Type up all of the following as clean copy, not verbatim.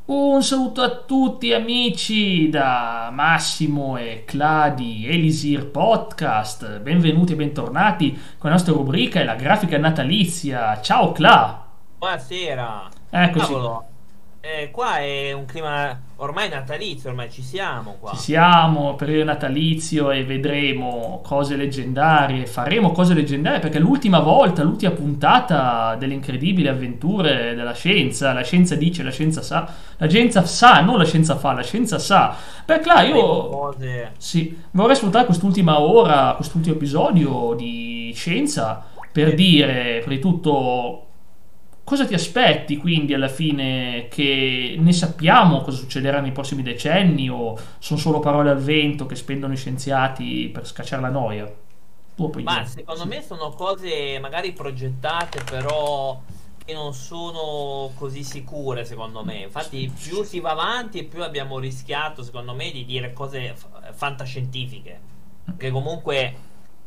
Un saluto a tutti amici da Massimo e Cla di Elisir Podcast. Benvenuti e bentornati con la nostra rubrica e la grafica natalizia. Ciao Cla! Buonasera. Eccoci qua. Cavolo, qua è un clima ormai natalizio, ormai ci siamo Ci qua. siamo, periodo natalizio e vedremo cose leggendarie, faremo cose leggendarie perché l'ultima volta, l'ultima puntata delle incredibili avventure della scienza, la scienza dice, la scienza sa, la scienza sa, non la scienza fa, la scienza sa. Beh, Cla, Faremo io cose. sì, vorrei sfruttare quest'ultima ora, quest'ultimo episodio di scienza per Sì. dire, prima di tutto, cosa ti aspetti quindi alla fine che ne sappiamo cosa succederà nei prossimi decenni o sono solo parole al vento che spendono i scienziati per scacciare la noia? Tua Ma opinione? secondo Sì. me sono cose magari progettate, però che non sono così sicure, secondo me. Infatti, più si va avanti, più abbiamo rischiato, secondo me, di dire cose fantascientifiche. Che comunque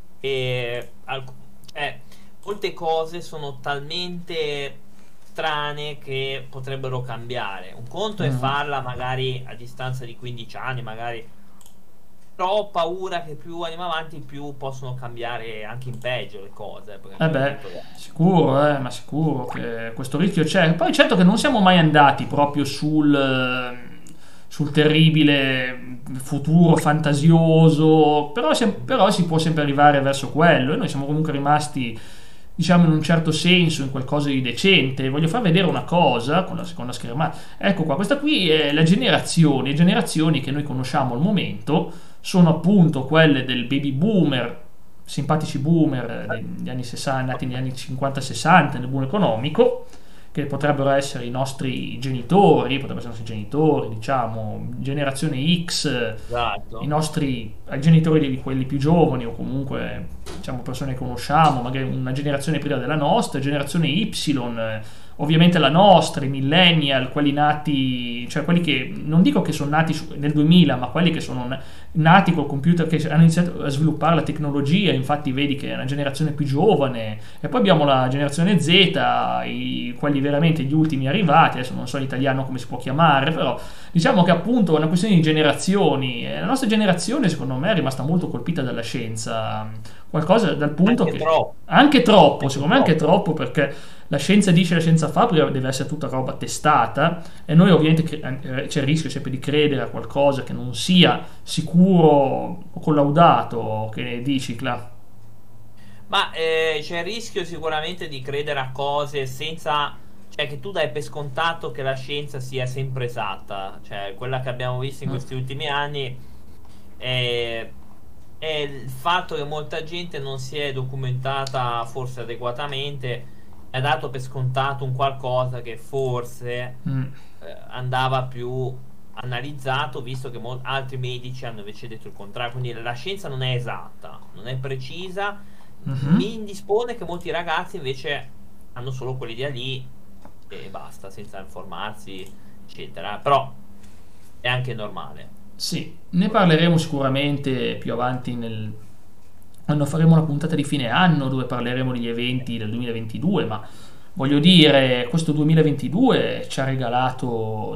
cioè, molte cose sono talmente strane che potrebbero cambiare. Un conto è Mm. farla magari a distanza di 15 anni, magari. Però ho paura che più andiamo avanti, più possono cambiare anche in peggio le cose, perché Eh non è beh, tutto. sicuro, ma sicuro che questo rischio c'è. Poi certo che non siamo mai andati proprio sul terribile futuro fantasioso, però si può sempre arrivare verso quello e noi siamo comunque rimasti, diciamo, in un certo senso in qualcosa di decente. Voglio far vedere una cosa con la seconda schermata. Ecco qua, questa qui è le generazioni che noi conosciamo al momento sono appunto quelle del baby boomer, simpatici boomer degli anni 60, nati negli anni 50-60 nel boom economico, che potrebbero essere i nostri genitori, potrebbero essere i nostri genitori, diciamo, generazione X, Esatto. ai genitori di quelli più giovani o comunque diciamo persone che conosciamo, magari una generazione prima della nostra, generazione Y, ovviamente la nostra, i millennial, quelli nati, cioè quelli che non dico che sono nati nel 2000, ma quelli che sono nati col computer, che hanno iniziato a sviluppare la tecnologia, infatti vedi che è una generazione più giovane, e poi abbiamo la generazione Z, quelli veramente gli ultimi arrivati, adesso non so in italiano come si può chiamare, però diciamo che appunto è una questione di generazioni, e la nostra generazione secondo me è rimasta molto colpita dalla scienza, qualcosa dal punto Anche che troppo, anche troppo, anche secondo me anche troppo. troppo, perché la scienza dice, la scienza fa, perché deve essere tutta roba testata e noi ovviamente c'è il rischio sempre di credere a qualcosa che non sia sicuro o collaudato, che ne dici, Cla? Ma c'è il rischio sicuramente di credere a cose senza, cioè che tu dai per scontato che la scienza sia sempre esatta, cioè quella che abbiamo visto in Mm. questi ultimi anni è, è il fatto che molta gente non si è documentata forse adeguatamente, ha dato per scontato un qualcosa che forse Mm. andava più analizzato, visto che altri medici hanno invece detto il contrario. Quindi la scienza non è esatta, non è precisa. Mhm. Mi indispone che molti ragazzi invece hanno solo quell'idea lì e basta, senza informarsi, eccetera. Però è anche normale. Sì, ne parleremo sicuramente più avanti quando faremo una puntata di fine anno dove parleremo degli eventi del 2022, ma voglio dire, questo 2022 ci ha regalato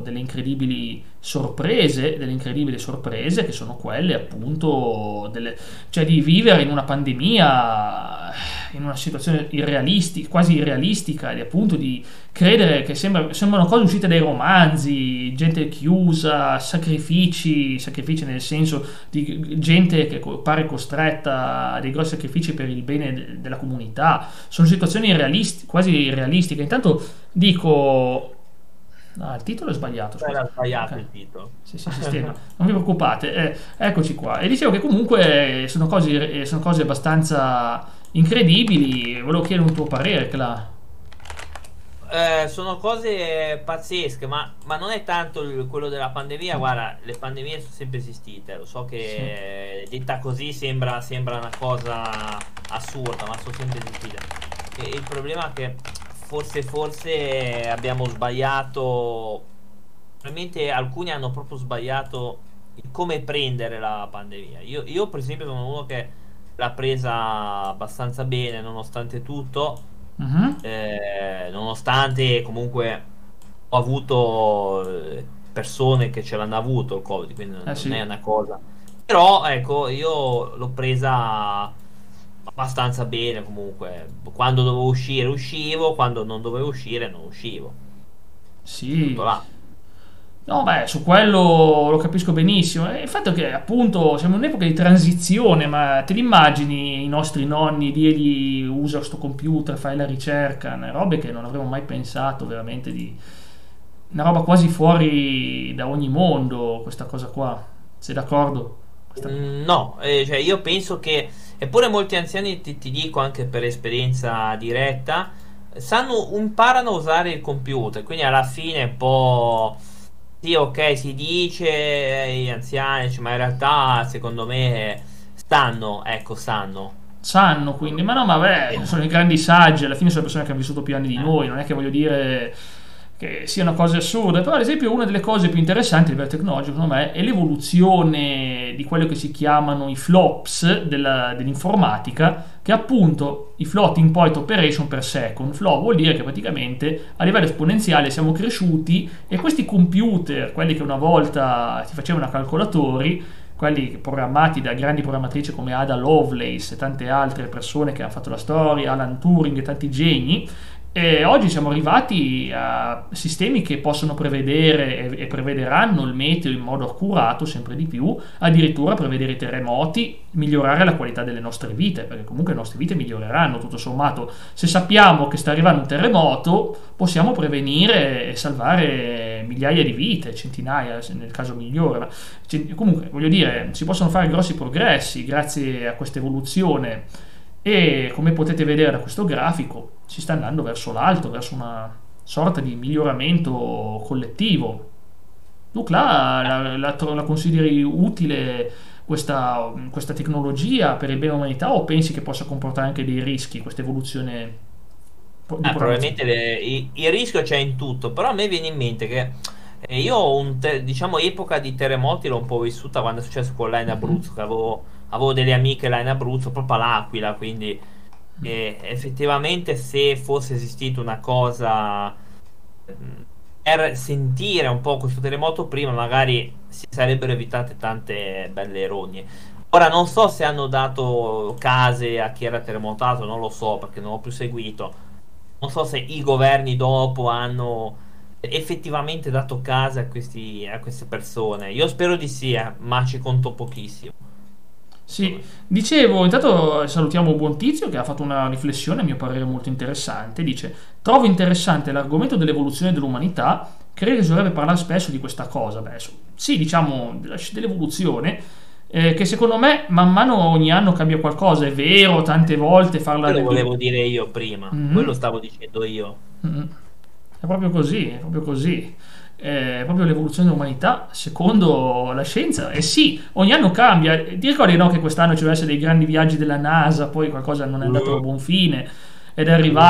delle incredibili sorprese che sono quelle appunto cioè di vivere in una pandemia, in una situazione irrealistica, quasi irrealistica, e appunto di credere che sembrano cose uscite dai romanzi, gente chiusa, sacrifici nel senso di gente che pare costretta a dei grossi sacrifici per il bene della comunità. Sono situazioni quasi irrealistiche. Intanto dico... Ah, il titolo è sbagliato, scusa. Era sbagliato Ok. il titolo. Sì, sì, sistema. Non vi preoccupate, eccoci qua. E dicevo che comunque sono cose abbastanza incredibili. Volevo chiedere un tuo parere, Cla. Sono cose pazzesche, ma non è tanto quello della pandemia. Guarda, le pandemie sono sempre esistite. Lo so Sì. che detta così sembra una cosa assurda, ma sono sempre esistite. E il problema è che forse abbiamo sbagliato. Probabilmente alcuni hanno proprio sbagliato il come prendere la pandemia. Io per esempio, sono uno che l'ha presa abbastanza bene, nonostante tutto. Mhm. Nonostante comunque ho avuto persone che ce l'hanno avuto il Covid, quindi non Sì. è una cosa. Però ecco, io l'ho presa abbastanza bene comunque. Quando dovevo uscire uscivo, quando non dovevo uscire non uscivo. Tutto Sì. là. No, beh, su quello lo capisco benissimo. E il fatto è che appunto siamo in un'epoca di transizione, ma te li immagini i nostri nonni dirgli usa sto computer, fai la ricerca, robe che non avremmo mai pensato veramente di... Una roba quasi fuori da ogni mondo, questa cosa qua. Sei d'accordo? No, cioè io penso che, eppure molti anziani, ti dico anche per esperienza diretta, imparano a usare il computer, quindi alla fine è un po'. Sì, ok, si dice gli anziani, cioè, ma in realtà secondo me stanno. Sanno quindi, ma no, ma beh, sono i grandi saggi, alla fine sono persone che hanno vissuto più anni di Eh. noi, non è che voglio dire che siano cose assurde, però ad esempio una delle cose più interessanti a livello tecnologico secondo me è l'evoluzione di quello che si chiamano i flops dell'informatica, che appunto i floating point operation per second. Flow vuol dire che praticamente a livello esponenziale siamo cresciuti e questi computer, quelli che una volta si facevano a calcolatori, quelli programmati da grandi programmatrici come Ada Lovelace e tante altre persone che hanno fatto la storia, Alan Turing e tanti geni, e oggi siamo arrivati a sistemi che possono prevedere e prevederanno il meteo in modo accurato sempre di più, addirittura prevedere i terremoti, migliorare la qualità delle nostre vite, perché comunque le nostre vite miglioreranno tutto sommato. Se sappiamo che sta arrivando un terremoto, possiamo prevenire e salvare migliaia di vite, centinaia nel caso migliore. Comunque, voglio dire, si possono fare grossi progressi grazie a questa evoluzione e come potete vedere da questo grafico si sta andando verso l'alto, verso una sorta di miglioramento collettivo. Tu la consideri utile questa tecnologia per il bene dell'umanità o pensi che possa comportare anche dei rischi questa evoluzione di programmazione? Probabilmente il rischio c'è in tutto, però a me viene in mente che io ho diciamo epoca di terremoti l'ho un po' vissuta quando è successo con là in Abruzzo, che avevo delle amiche là in Abruzzo, proprio all'Aquila, quindi effettivamente se fosse esistita una cosa per sentire un po' questo terremoto prima, magari si sarebbero evitate tante belle rogne. Ora non so se hanno dato case a chi era terremotato, non lo so perché non ho più seguito. Non so se i governi dopo hanno effettivamente dato case a queste persone. Io spero di sì, ma ci conto pochissimo. Sì, dicevo, intanto salutiamo Buon Tizio che ha fatto una riflessione a mio parere molto interessante. Dice: trovo interessante l'argomento dell'evoluzione dell'umanità, credo che si dovrebbe parlare spesso di questa cosa. Beh, sì, diciamo dell'evoluzione, che secondo me man mano ogni anno cambia qualcosa, è vero, tante volte farla Quello nel... volevo dire io prima, quello Mhm. stavo dicendo io. Mm. È proprio così, è proprio così. È proprio l'evoluzione dell'umanità secondo la scienza. E sì, ogni anno cambia. Ti ricordi no, che quest'anno ci devono essere dei grandi viaggi della NASA, poi qualcosa non è andato a buon fine ed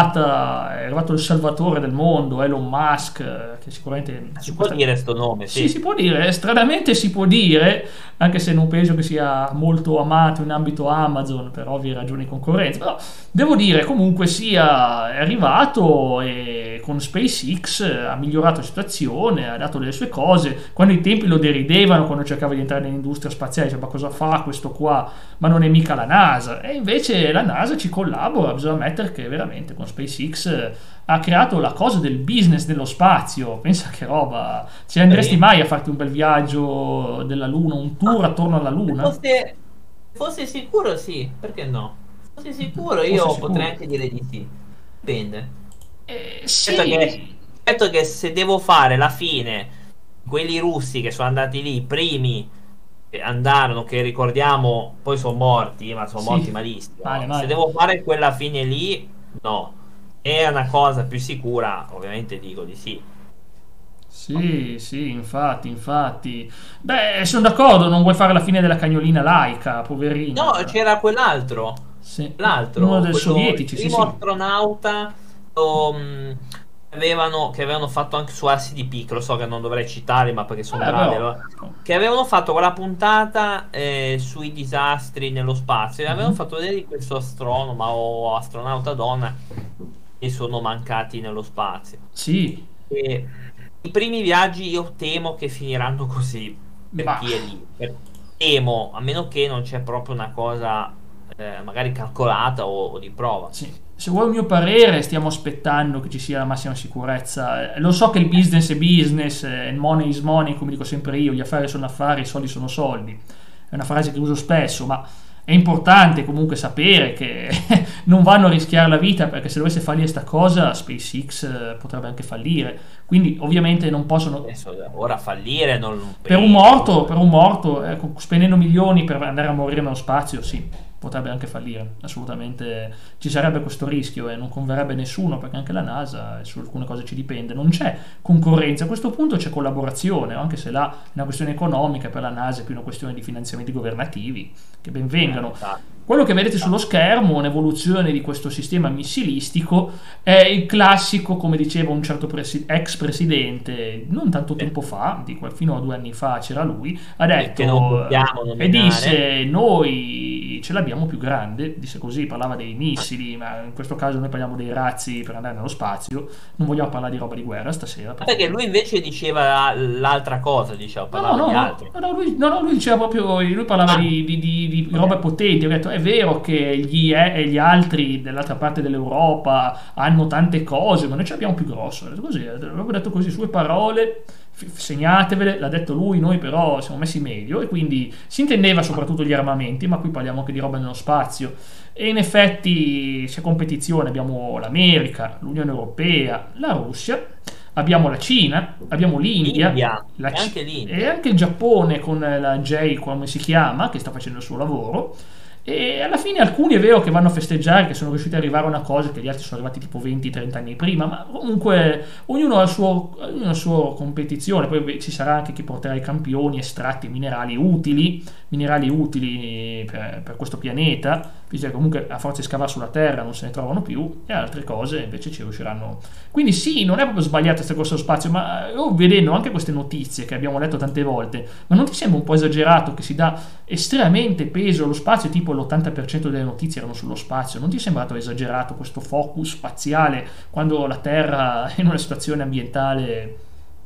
è arrivato il salvatore del mondo, Elon Musk, che sicuramente Si su può questa... dire sto nome, Sì, sì. si può dire, stranamente si può dire, anche se non penso che sia molto amato in ambito Amazon per ovvie ragioni di concorrenza, però devo dire comunque sia è arrivato e con SpaceX ha migliorato la situazione, ha dato delle sue cose, quando i tempi lo deridevano, quando cercava di entrare nell'industria spaziale, diceva ma cosa fa questo qua, ma non è mica la NASA, e invece la NASA ci collabora, bisogna ammettere che veramente con SpaceX ha creato la cosa del business dello spazio. Pensa che roba, ci andresti Sì. mai a farti un bel viaggio della Luna, un Ma tour attorno alla se Luna? fosse sicuro, sì, perché no? Se fosse sicuro, Fosse io potrei sicuro. anche dire di sì. Dipende. Certo che, Sì. certo che se devo fare la fine, quelli russi che sono andati lì, i primi che andarono, che ricordiamo, poi sono morti, ma sono morti Sì, malissimo. male, Se male. devo fare quella fine lì, no. È una cosa più sicura, ovviamente dico di sì. Sì, sì, infatti, infatti. Beh, sono d'accordo, non vuoi fare la fine della cagnolina laica, No, poverina. c'era quell'altro. Sì, uno L'altro, dei il sovietici, sì, primo sì. astronauta che avevano fatto anche su Assi di Pic, lo so che non dovrei citarli, ma perché sono bravi, Però... allora. Che avevano fatto quella puntata sui disastri nello spazio e avevano Mhm. fatto vedere di questo astronoma o astronauta donna che sono mancati nello spazio. Sì, E I primi viaggi io temo che finiranno così per Ma chi è lì. Temo, a meno che non c'è proprio una cosa magari calcolata o di prova. sì, se vuoi il mio parere, stiamo aspettando che ci sia la massima sicurezza. Lo so che il business è business, and money is money, come dico sempre io, gli affari sono affari, i soldi sono soldi. È una frase che uso spesso, ma è importante comunque sapere che non vanno a rischiare la vita, perché se dovesse fallire sta cosa, SpaceX potrebbe anche fallire. Quindi ovviamente non possono. Adesso, ora fallire non Per un penso. morto, per un morto, spendendo milioni per andare a morire nello spazio, sì, potrebbe anche fallire. Assolutamente ci sarebbe questo rischio e non converrebbe a nessuno, perché anche la NASA su alcune cose ci dipende. Non c'è concorrenza, a questo punto c'è collaborazione, anche se là è una questione economica, per la NASA è più una questione di finanziamenti governativi, che ben vengano. Esatto. Quello che vedete sullo schermo, un'evoluzione di questo sistema missilistico, è il classico, come diceva un certo ex presidente, non tanto tempo fa, fino a 2 anni fa c'era lui, ha Che non detto possiamo e nominare. disse noi ce l'abbiamo più grande, disse così, parlava dei missili, ma in questo caso noi parliamo dei razzi per andare nello spazio, non vogliamo parlare di roba di guerra stasera. Perché lui invece diceva l'altra cosa, diciamo, No, no, parlava no, di no, altro. no, no, lui diceva proprio, lui parlava Ah, di ok. robe potenti, ha detto è vero che gli altri dell'altra parte dell'Europa hanno tante cose, ma noi ce l'abbiamo più grosso, ha detto così, aveva detto così, sue parole, segnatevele, l'ha detto lui, noi però siamo messi meglio e quindi si intendeva soprattutto gli armamenti, ma qui parliamo anche di roba nello spazio. E in effetti c'è competizione, abbiamo l'America, l'Unione Europea, la Russia, abbiamo la Cina, abbiamo l'India, L'India, e anche e l'India. anche il Giappone con la J, come si chiama, che sta facendo il suo lavoro. E alla fine alcuni è vero che vanno a festeggiare che sono riusciti ad arrivare a una cosa che gli altri sono arrivati tipo 20-30 anni prima, ma comunque ognuno ha la sua competizione, poi ci sarà anche chi porterà i campioni estratti minerali utili per questo pianeta, visto che comunque a forza di scavare sulla Terra non se ne trovano più, e altre cose invece ci riusciranno. Quindi sì, non è proprio sbagliata questa corsa allo spazio, ma io vedendo anche queste notizie che abbiamo letto tante volte, ma non ti sembra un po' esagerato che si dà estremamente peso allo spazio, tipo l'80% delle notizie erano sullo spazio? Non ti è sembrato esagerato questo focus spaziale quando la Terra è in una situazione ambientale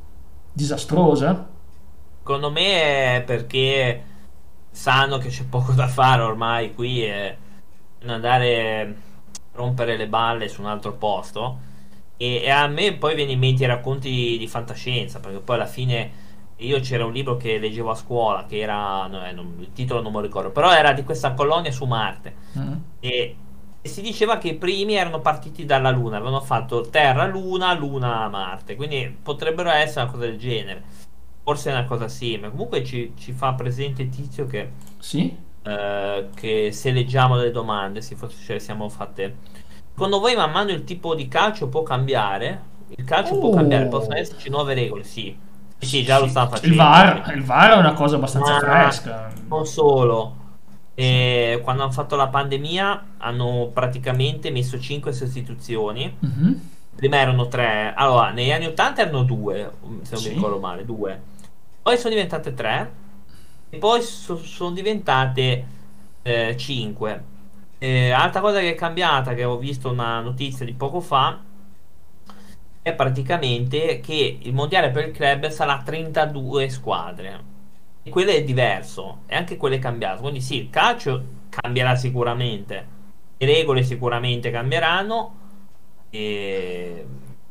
disastrosa? Secondo me è perché sanno che c'è poco da fare ormai qui e andare a rompere le balle su un altro posto. E a me poi viene in mente i racconti di fantascienza, perché poi alla fine io c'era un libro che leggevo a scuola, che era, no, il titolo non me lo ricordo, però era di questa colonia su Marte. Mm? E, e si diceva che i primi erano partiti dalla Luna, avevano fatto Terra, Luna, Luna, Marte, quindi potrebbero essere una cosa del genere. Forse è una cosa simile. Comunque ci fa presente Tizio Sì? che se leggiamo delle domande, se forse ce le siamo fatte. Secondo voi man mano il tipo di calcio può cambiare? Il calcio può cambiare, possono Oh, esserci nuove regole, sì. Sì, sì, sì, già lo sì. stanno Il facendo, sì. VAR, il VAR è una cosa abbastanza Ma fresca. non solo. Sì. Quando hanno fatto la pandemia hanno praticamente messo 5 sostituzioni. Mhm. Prima erano 3. Allora, negli anni 80 erano 2, se non mi Sì. ricordo male, 2. Poi sono diventate 3 e poi sono diventate 5. Altra cosa che è cambiata, che ho visto una notizia di poco fa, è praticamente che il mondiale per il club sarà 32 squadre. E quello è diverso, e anche quello è cambiato. Quindi sì, il calcio cambierà sicuramente, le regole sicuramente cambieranno, e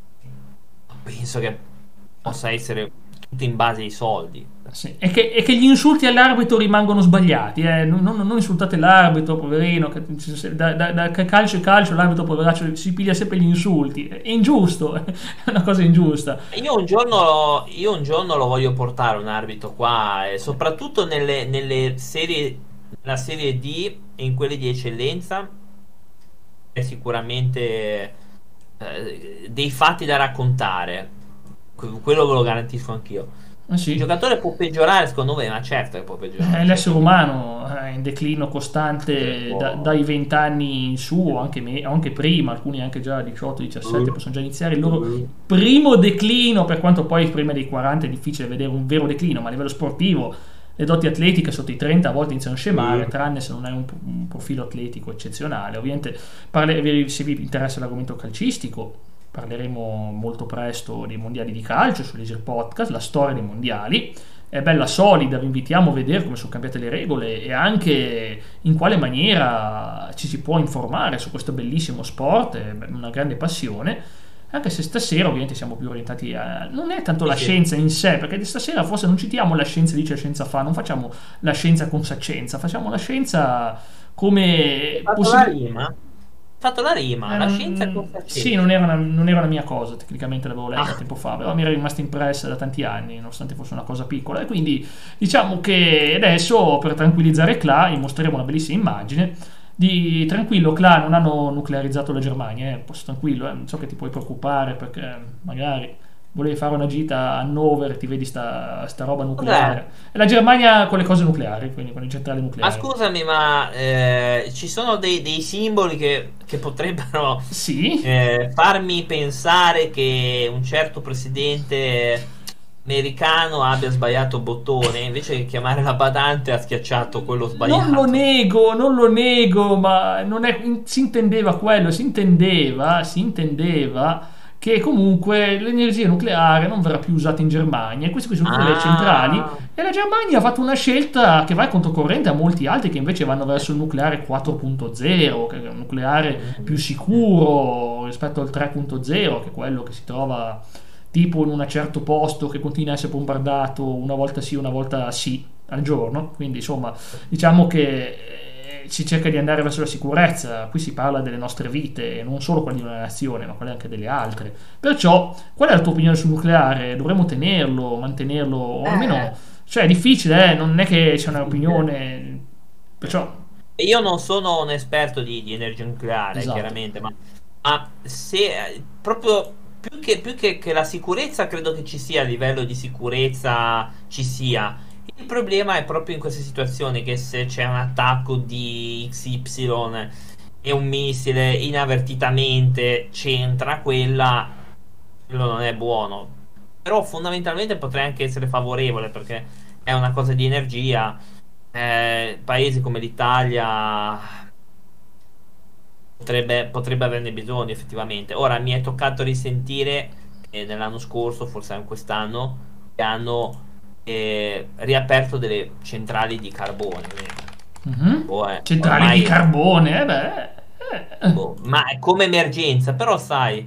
penso che possa essere tutto in base ai soldi. Sì. E che gli insulti all'arbitro rimangono sbagliati, eh. Non insultate l'arbitro, poverino, che calcio e calcio, l'arbitro poveraccio si piglia sempre gli insulti. È ingiusto, è una cosa ingiusta. Io un giorno lo voglio portare un arbitro qua, soprattutto nelle serie, nella serie D e in quelle di eccellenza, è sicuramente dei fatti da raccontare. Quello ve lo garantisco anch'io. Il Sì. giocatore può peggiorare, secondo me, ma certo che può peggiorare, L'essere certo. umano è in declino costante dai 20 anni in su, o anche prima, alcuni anche già a 18-17 possono già iniziare il loro primo declino, per quanto poi prima dei 40 è difficile vedere un vero declino, ma a livello sportivo le doti atletiche sotto i 30 a volte iniziano a scemare, tranne se non hai un profilo atletico eccezionale. Ovviamente se vi interessa l'argomento calcistico, parleremo molto presto dei mondiali di calcio sull'Easy Podcast, la storia dei mondiali. È bella solida, vi invitiamo a vedere come sono cambiate le regole e anche in quale maniera ci si può informare su questo bellissimo sport, è una grande passione, anche se stasera ovviamente siamo più orientati a... non è tanto la scienza in sé, perché stasera forse non citiamo la scienza dice la scienza fa, non facciamo la scienza con saccenza, facciamo la scienza come... Fatto la rima, la scienza con la Sì, scienza. non era una mia cosa, tecnicamente l'avevo letta tempo fa, però mi era rimasta impressa da tanti anni, nonostante fosse una cosa piccola. E quindi diciamo che adesso, per tranquillizzare Cla, gli mostreremo una bellissima immagine. Di tranquillo, Cla, non hanno nuclearizzato la Germania, posso tranquillo, non so che ti puoi preoccupare perché magari volevi fare una gita a Hannover, ti vedi sta roba Cos'è? nucleare. E la Germania con le cose nucleari, quindi con le centrali Ma nucleari. scusami, ma ci sono dei simboli che potrebbero Sì, farmi pensare che un certo presidente americano abbia sbagliato bottone, invece che chiamare la badante ha schiacciato quello sbagliato. non lo nego, ma non è, si intendeva quello, si intendeva che comunque l'energia nucleare non verrà più usata in Germania e queste qui sono tutte le centrali Ah, e la Germania ha fatto una scelta che va controcorrente a molti altri che invece vanno verso il nucleare 4.0, che è un nucleare più sicuro rispetto al 3.0, che è quello che si trova tipo in un certo posto che continua a essere bombardato una volta sì, una volta sì al giorno. Quindi insomma, diciamo che si cerca di andare verso la sicurezza. Qui si parla delle nostre vite, non solo quelle di una nazione, ma quelle anche delle altre. Perciò, qual è la tua opinione sul nucleare? Dovremmo tenerlo, mantenerlo, o almeno, eh, cioè è difficile, non è che c'è un'opinione, perciò, io non sono un esperto di energia nucleare, esatto. chiaramente, ma se proprio più che la sicurezza, credo che ci sia a livello di sicurezza ci sia. Il problema è proprio in queste situazioni che se c'è un attacco di XY e un missile inavvertitamente c'entra quello non è buono. Però fondamentalmente potrei anche essere favorevole perché è una cosa di energia. Paesi come l'Italia potrebbe averne bisogno effettivamente. Ora mi è toccato risentire che nell'anno scorso, forse anche quest'anno, che hanno riaperto delle centrali di carbone. Mhm. Boh, Centrali di ormai carbone, boh, ma è come emergenza, però sai,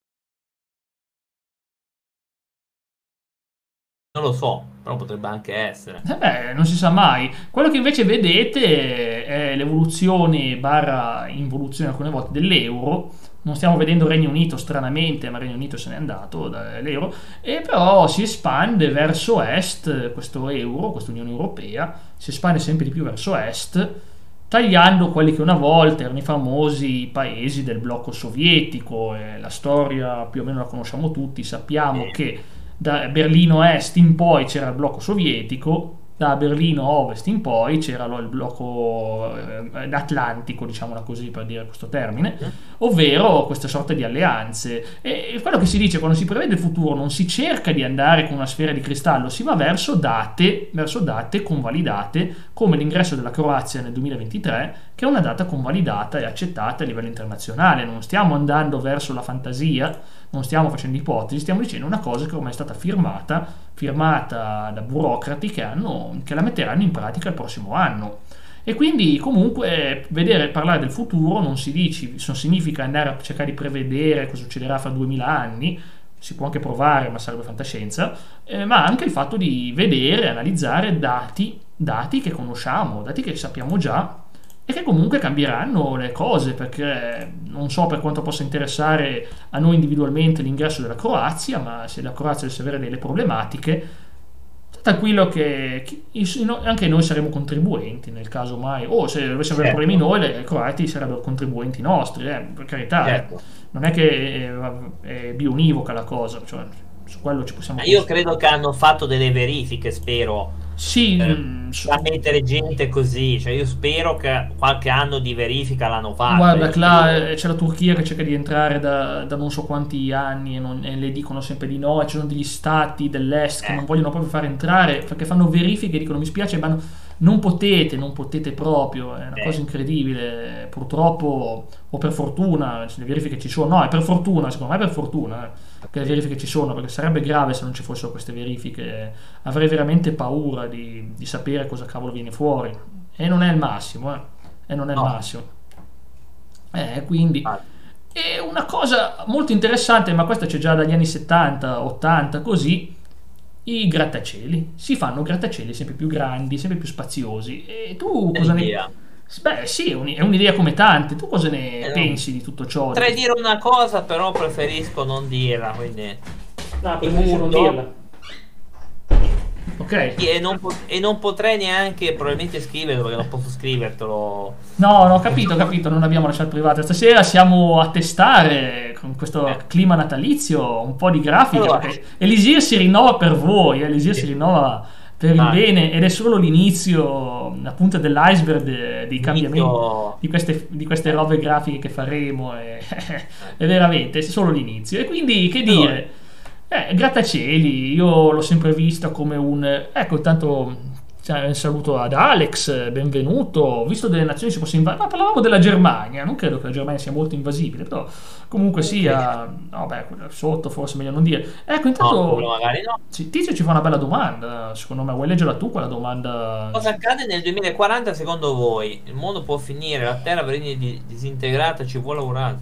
non lo so, però potrebbe anche essere. beh, non si sa mai. Quello che invece vedete è l'evoluzione barra involuzione alcune volte dell'euro. Non stiamo vedendo Regno Unito stranamente, ma il Regno Unito se n'è andato dall'euro, e però si espande verso est questo euro, questa Unione Europea, si espande sempre di più verso est, tagliando quelli che una volta erano i famosi paesi del blocco sovietico. E la storia più o meno la conosciamo tutti, sappiamo Eh, che da Berlino Est in poi c'era il blocco sovietico, da Berlino Ovest in poi c'era il blocco atlantico, diciamola così per dire questo termine, ovvero queste sorte di alleanze. E quello che si dice quando si prevede il futuro non si cerca di andare con una sfera di cristallo, si va verso date convalidate, come l'ingresso della Croazia nel 2023, che è una data convalidata e accettata a livello internazionale. Non stiamo andando verso la fantasia, non stiamo facendo ipotesi, stiamo dicendo una cosa che ormai è stata firmata da burocrati che la metteranno in pratica il prossimo anno. E quindi comunque vedere parlare del futuro non significa andare a cercare di prevedere cosa succederà fra 2000 anni, si può anche provare ma sarebbe fantascienza, ma anche il fatto di vedere, analizzare dati che conosciamo, dati che sappiamo già e che comunque cambieranno le cose, perché non so per quanto possa interessare a noi individualmente l'ingresso della Croazia, ma se la Croazia dovesse avere delle problematiche, tranquillo che anche noi saremo contribuenti nel caso mai, o se dovessimo avere problemi certo, noi, le croati sarebbero contribuenti nostri, per carità, certo. non è che è bionivoca la cosa, cioè, su quello ci possiamo Ma io costruire. credo che hanno fatto delle verifiche, spero, Sì, da mettere gente così. Cioè, io spero che qualche anno di verifica l'hanno fatta. guarda, Io che là spero. c'è la Turchia che cerca di entrare da non so quanti anni e le dicono sempre di no, e ci sono degli stati dell'est che non Eh, vogliono proprio fare entrare perché fanno verifiche e dicono mi spiace, ma non potete proprio, è una cosa incredibile, purtroppo o per fortuna, se le verifiche ci sono, no, è per fortuna, secondo me è per fortuna che le verifiche ci sono, perché sarebbe grave se non ci fossero queste verifiche, avrei veramente paura di sapere cosa cavolo viene fuori, e non è il massimo, e non è il No, massimo. Quindi infatti. è una cosa molto interessante, ma questa c'è già dagli anni 70, 80, così, i grattacieli. Si fanno grattacieli sempre più grandi, sempre più spaziosi. E tu È cosa ne... l'idea. Beh, sì, è un'idea come tante. Tu cosa ne No. pensi di tutto ciò? Potrei dire una cosa, però preferisco non dirla, quindi No, preferisci non no. dirla. Ok. E non potrei neanche probabilmente scriverlo perché non posso scrivertelo. No, no, ho capito, non abbiamo lasciato private. Stasera siamo a testare con questo Eh. clima natalizio un po' di grafica, Allora, perché Elisir si rinnova per voi, Elisir si rinnova per il ah, bene ed è solo l'inizio, la punta dell'iceberg dei cambiamenti, inizio. di queste robe grafiche che faremo, è veramente è solo l'inizio. E quindi, che Allora, dire, grattacieli, io l'ho sempre vista come un... Ecco, tanto un saluto ad Alex, benvenuto. Ho visto delle nazioni si possono invadere, ma parlavamo della Germania, non credo che la Germania sia molto invasibile, però comunque non credo. sia... No, beh, sotto forse meglio non dire. Ecco, No, quello intanto magari no. Tizio ci fa una bella domanda, secondo me, vuoi leggerla tu quella domanda? Cosa accade nel 2040 secondo voi? Il mondo può finire, la Terra viene disintegrata, ci vuole un.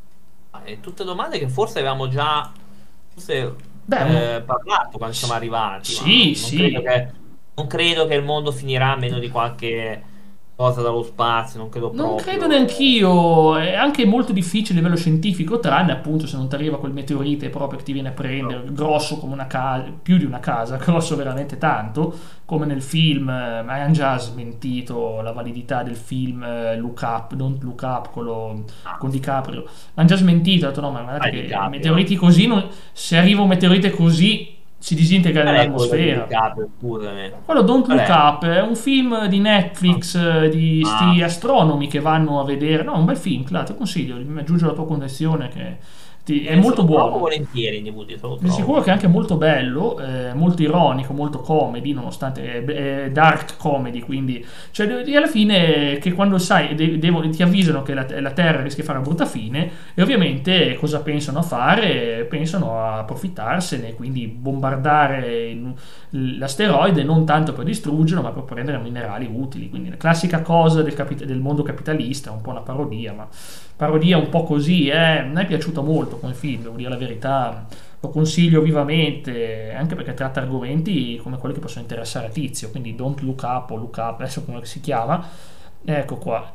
E tutte domande che forse avevamo già forse, Beh, parlato quando siamo arrivati, ma sì, sì. non credo che il mondo finirà a meno di qualche cosa dallo spazio, non credo Non credo proprio. neanch'io, è anche molto difficile a livello scientifico, tranne appunto se non ti arriva quel meteorite proprio che ti viene a prendere, grosso come una casa, più di una casa, grosso veramente tanto, come nel film, ma hanno già smentito la validità del film Look Up, Don't Look Up, quello Ah, con DiCaprio, hanno già smentito, hanno detto no, ma guardate fai che di i caprio. meteoriti così, se arriva un meteorite così, si disintegra Qual è quello di nell'atmosfera. DiCaprio, scusami? Quello Don't Qual Look è? Up è un film di Ah, Netflix di sti ah, astronomi che vanno a vedere. No, un bel film, claro, ti consiglio, mi aggiungo la tua connessione che è se molto lo trovo buono. volentieri in DVD, se lo Di sicuro trovo. che è anche molto bello, molto ironico, molto comedy, nonostante è dark comedy, quindi cioè alla fine che quando sai, ti avvisano che la Terra rischia di fare una brutta fine e ovviamente cosa pensano a fare? Pensano a approfittarsene, quindi bombardare l'asteroide non tanto per distruggerlo, ma per prendere minerali utili, quindi la classica cosa del mondo capitalista, un po' una parodia, ma parodia un po' così, mi è piaciuto molto come film, devo dire la verità, lo consiglio vivamente, anche perché tratta argomenti come quelli che possono interessare a Tizio, quindi Don't Look Up o Look Up, adesso come si chiama, ecco qua.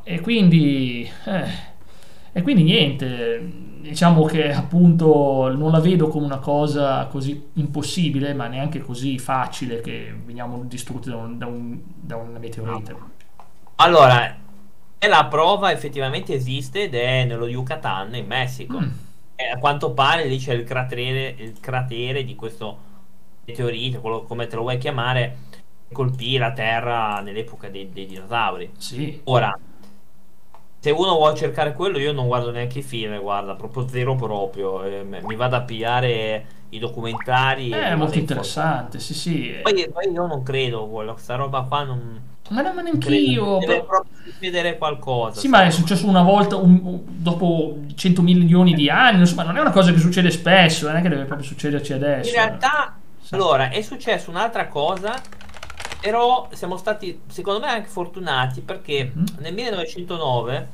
E quindi niente, diciamo che appunto non la vedo come una cosa così impossibile, ma neanche così facile che veniamo distrutti da un meteorite. Allora, è la prova effettivamente esiste ed è nello Yucatan in Messico. Mm, E a quanto pare lì c'è il cratere di questo meteorite, quello come te lo vuoi chiamare, che colpì la Terra nell'epoca dei dinosauri. sì, Ora, se uno vuole cercare quello, io non guardo neanche i film, guarda, proprio zero proprio. Mi vado a pigliare i documentari e è mi vado molto a informare. interessante, sì, sì. Poi io non credo, questa roba qua Ma no, ma non credo. neanch'io. Deve proprio succedere qualcosa, Sì, ma è secondo me. successo una volta dopo 100 milioni di anni, insomma, non è una cosa che succede spesso, non è che deve proprio succederci In adesso. realtà, Sì. allora, è successa un'altra cosa, però siamo stati, secondo me, anche fortunati perché Mhm. nel 1909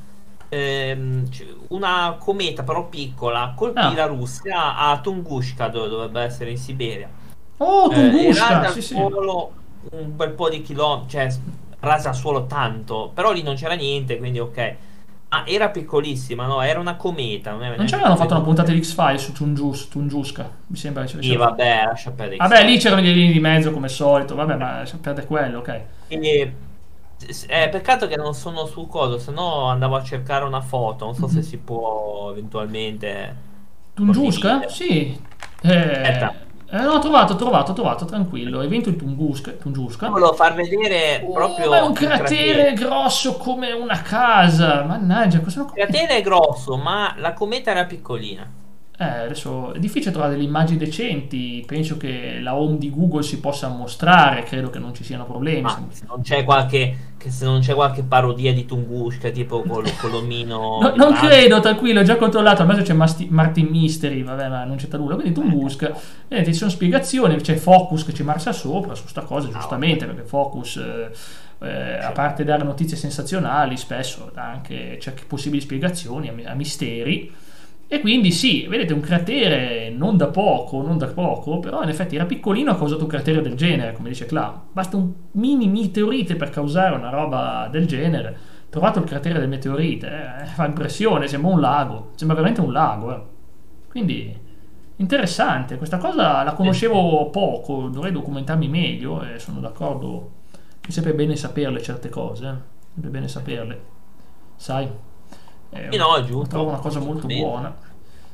una cometa, però piccola, colpì la Ah. Russia a Tungushka, dove dovrebbe essere in Siberia. Oh, Era Tunguska, dal sì, sì. suolo un bel po' di chilometri, cioè rasa al suolo tanto, però lì non c'era niente, quindi ok. Ma era piccolissima, no? Era una cometa, non era Non neanche c'avevano fatto una credo. puntata di X-Files su Tunguska? Mi sembra che Sì, vabbè, lascia perdere Vabbè, lì X-Files. c'erano gli alieni di mezzo come solito, vabbè, ma lascia perdere quello, ok. E, peccato che non sono su cosa, se no andavo a cercare una foto, non so se Mhm. si può eventualmente Tunguska? condividere. Sì. Aspetta, No, ho trovato, tranquillo. Evento di io Tunguska. volevo far vedere Ma è proprio un il cratere cratere. grosso come una casa. Mannaggia, cosa Il cratere è grosso, ma la cometa era piccolina. Adesso è difficile trovare delle immagini decenti, penso che la home di Google si possa mostrare, credo che non ci siano problemi. Ma se non c'è qualche parodia di Tunguska, tipo con l'omino No, di non Trump. credo, tranquillo, ho già controllato, al mezzo c'è Martin Mystery, vabbè, ma non c'è nulla, quindi Tunguska, ci sono spiegazioni, c'è Focus che ci marcia sopra su sta cosa, giustamente, perché Focus, a parte dare notizie sensazionali, spesso dà anche certi possibili spiegazioni a misteri. E quindi sì, vedete un cratere non da poco, non da poco, però in effetti era piccolino, ha causato un cratere del genere, come dice Clau. Basta un mini meteorite per causare una roba del genere. Trovato il cratere del meteorite, fa impressione, sembra un lago, sembra veramente un lago. Quindi interessante, questa cosa la conoscevo poco, dovrei documentarmi meglio e sono d'accordo, mi sembra bene saperle certe cose, sembra bene saperle, sai? Sì, no, è Trovo giusto, una cosa molto assolutamente. buona.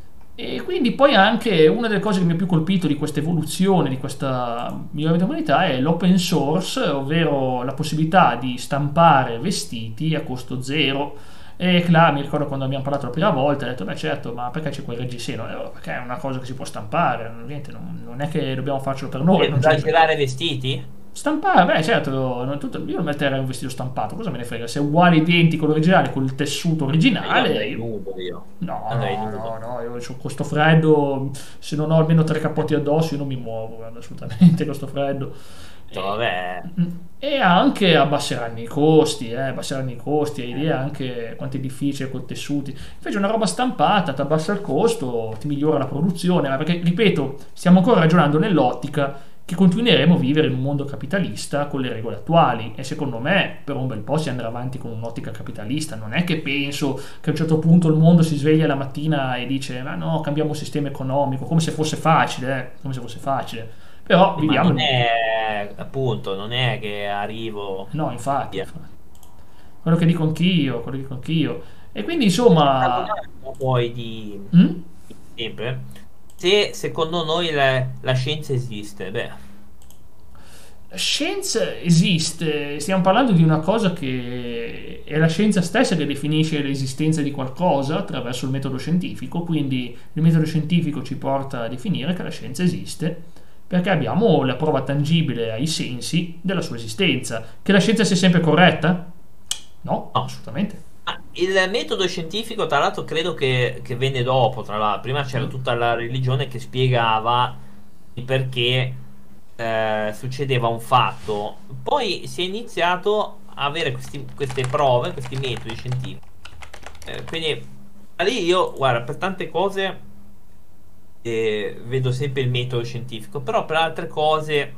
E quindi poi anche una delle cose che mi ha più colpito di questa evoluzione, di questa miglioramento dell'umanità è l'open source, ovvero la possibilità di stampare vestiti a costo zero. E là mi ricordo quando abbiamo parlato la prima volta, ho detto, beh certo, ma perché c'è quel reggiseno? Perché è una cosa che si può stampare, non è che dobbiamo farcelo per noi, non c'è bisogno. Esagerare vestiti? Stampare, beh certo, io non metterei un vestito stampato, cosa me ne frega? Se è uguale, identico all'originale, con il tessuto Io originale, andrei nudo io. no, Andrei no, nudo. no, no, io con sto freddo, se non ho almeno tre cappotti addosso, io non mi muovo, guarda, assolutamente con sto freddo. Cioè, E, vabbè. e anche abbasseranno i costi, hai idea anche quanto è difficile con tessuti. Invece una roba stampata ti abbassa il costo, ti migliora la produzione, ma perché, ripeto, stiamo ancora ragionando nell'ottica che continueremo a vivere in un mondo capitalista con le regole attuali e secondo me per un bel po' si andrà avanti con un'ottica capitalista. Non è che penso che a un certo punto il mondo si sveglia la mattina e dice ma no, cambiamo sistema economico, come se fosse facile, come se fosse facile. Però Sì, ma viviamo non in... è, appunto, non è che arrivo No, infatti, via. infatti. Quello che dico anch'io. E quindi insomma... Parliamo poi di Mm? sempre. Se secondo noi la scienza esiste, beh, La scienza esiste, stiamo parlando di una cosa che è la scienza stessa che definisce l'esistenza di qualcosa attraverso il metodo scientifico, quindi il metodo scientifico ci porta a definire che la scienza esiste perché abbiamo la prova tangibile ai sensi della sua esistenza. Che la scienza sia sempre corretta? No, no. assolutamente. Ah, il metodo scientifico, tra l'altro, credo che venne dopo. Tra l'altro, prima c'era Mm. tutta la religione che spiegava il perché succedeva un fatto. Poi si è iniziato a avere queste prove, questi metodi scientifici. Quindi da lì io, guarda, per tante cose vedo sempre il metodo scientifico, però per altre cose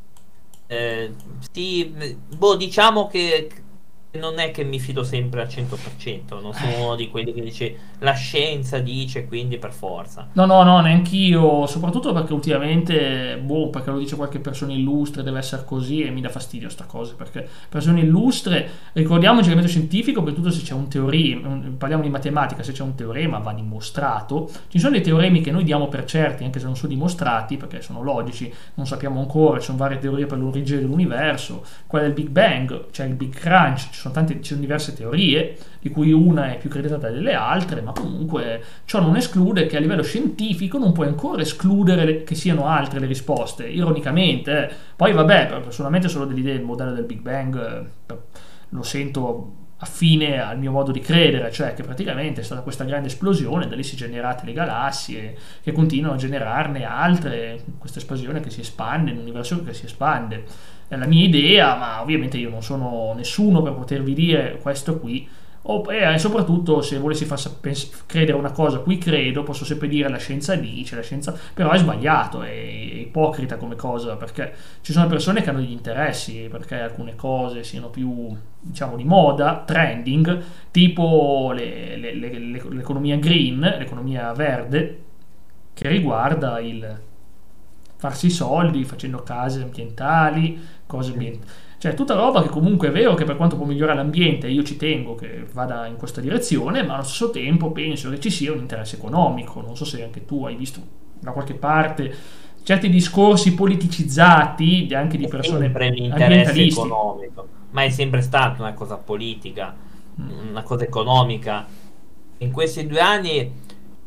sì, boh, diciamo che non è che mi fido sempre al 100%, non sono uno di quelli che dice la scienza dice quindi per forza. No, no, no, neanch'io, soprattutto perché ultimamente, boh, perché lo dice qualche persona illustre, deve essere così e mi dà fastidio sta cosa, perché persone illustre, ricordiamoci che il metodo scientifico, per tutto se c'è un teorema, parliamo di matematica, se c'è un teorema va dimostrato, ci sono dei teoremi che noi diamo per certi, anche se non sono dimostrati, perché sono logici, non sappiamo ancora, ci sono varie teorie per l'origine dell'universo, quella del Big Bang, c'è il Big Crunch, ci sono diverse teorie, di cui una è più creditata delle altre, ma comunque ciò non esclude che a livello scientifico non puoi ancora escludere che siano altre le risposte, ironicamente. Poi vabbè, personalmente sono delle idee, il modello del Big Bang lo sento affine al mio modo di credere, cioè che praticamente è stata questa grande esplosione, da lì si sono generate le galassie, che continuano a generarne altre, questa esplosione che si espande, un universo che si espande. È la mia idea, ma ovviamente io non sono nessuno per potervi dire questo qui. E soprattutto se volessi far credere una cosa a cui credo, posso sempre dire la scienza dice, la scienza, però è sbagliato, è ipocrita come cosa, perché ci sono persone che hanno degli interessi, perché alcune cose siano più, diciamo, di moda, trending, tipo l'economia green, l'economia verde, che riguarda il farsi soldi facendo case ambientali, cose ambientali. Cioè, tutta roba che comunque è vero che per quanto può migliorare l'ambiente, io ci tengo che vada in questa direzione, ma allo stesso tempo penso che ci sia un interesse economico. Non so se anche tu hai visto da qualche parte certi discorsi politicizzati anche di È persone sempre un interesse ambientalisti. economico, ma è sempre stata una cosa politica, Mm. una cosa economica. In questi 2 anni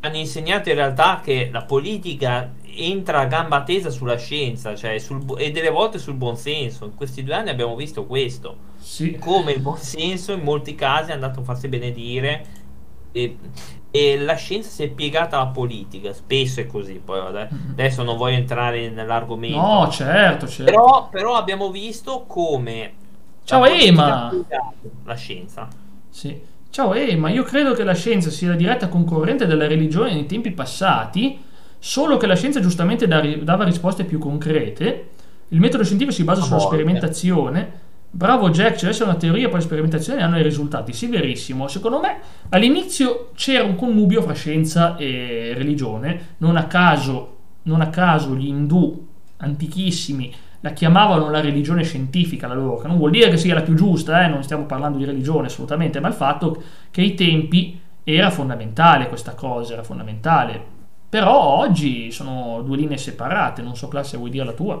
hanno insegnato in realtà che la politica entra a gamba tesa sulla scienza, cioè e delle volte sul buonsenso. In questi 2 anni abbiamo visto questo, Sì. come il buonsenso in molti casi è andato a farsi benedire e la scienza si è piegata alla politica. Spesso è così. Poi adesso non voglio entrare nell'argomento. No, certo, certo. Però abbiamo visto come Ciao la politica ha Ema! piegato la scienza. Sì. Ciao Ema, io credo che la scienza sia la diretta concorrente della religione nei tempi passati, solo che la scienza giustamente dava risposte più concrete. Il metodo scientifico si basa A sulla volte. sperimentazione. Bravo Jack, c'è adesso una teoria, poi le sperimentazioni hanno i risultati. Sì, verissimo. Secondo me all'inizio c'era un connubio fra scienza e religione. Non a caso gli indù antichissimi la chiamavano la religione scientifica, la loro, che non vuol dire che sia la più giusta, non stiamo parlando di religione assolutamente, ma il fatto che ai tempi era fondamentale questa cosa, era fondamentale. Però oggi sono 2 linee separate, non so Classe, vuoi dire la tua?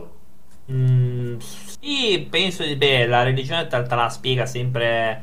Sì, penso di la religione te la spiega sempre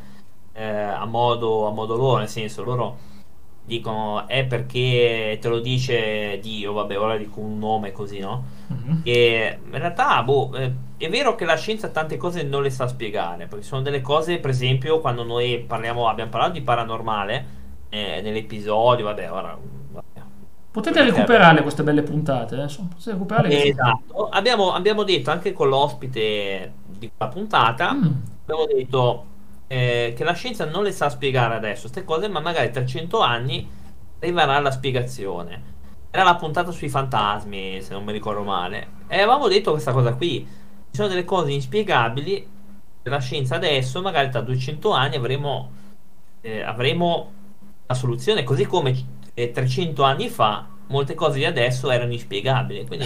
a modo loro, nel senso loro dicono è perché te lo dice Dio, vabbè, ora dico un nome così, no? Mhm. E in realtà, è vero che la scienza tante cose non le sa spiegare, perché sono delle cose, per esempio, quando noi abbiamo parlato di paranormale nell'episodio, vabbè, ora vabbè, Potete recuperarle queste belle puntate, potete recuperarle esatto, abbiamo detto anche con l'ospite di quella puntata, Mm. abbiamo detto che la scienza non le sa spiegare adesso queste cose, ma magari tra 100 anni arriverà la spiegazione. Era la puntata sui fantasmi, se non mi ricordo male. E avevamo detto questa cosa qui. Ci sono delle cose inspiegabili della scienza adesso, magari tra 200 anni avremo la soluzione, così come 300 anni fa molte cose di adesso erano inspiegabili. Quindi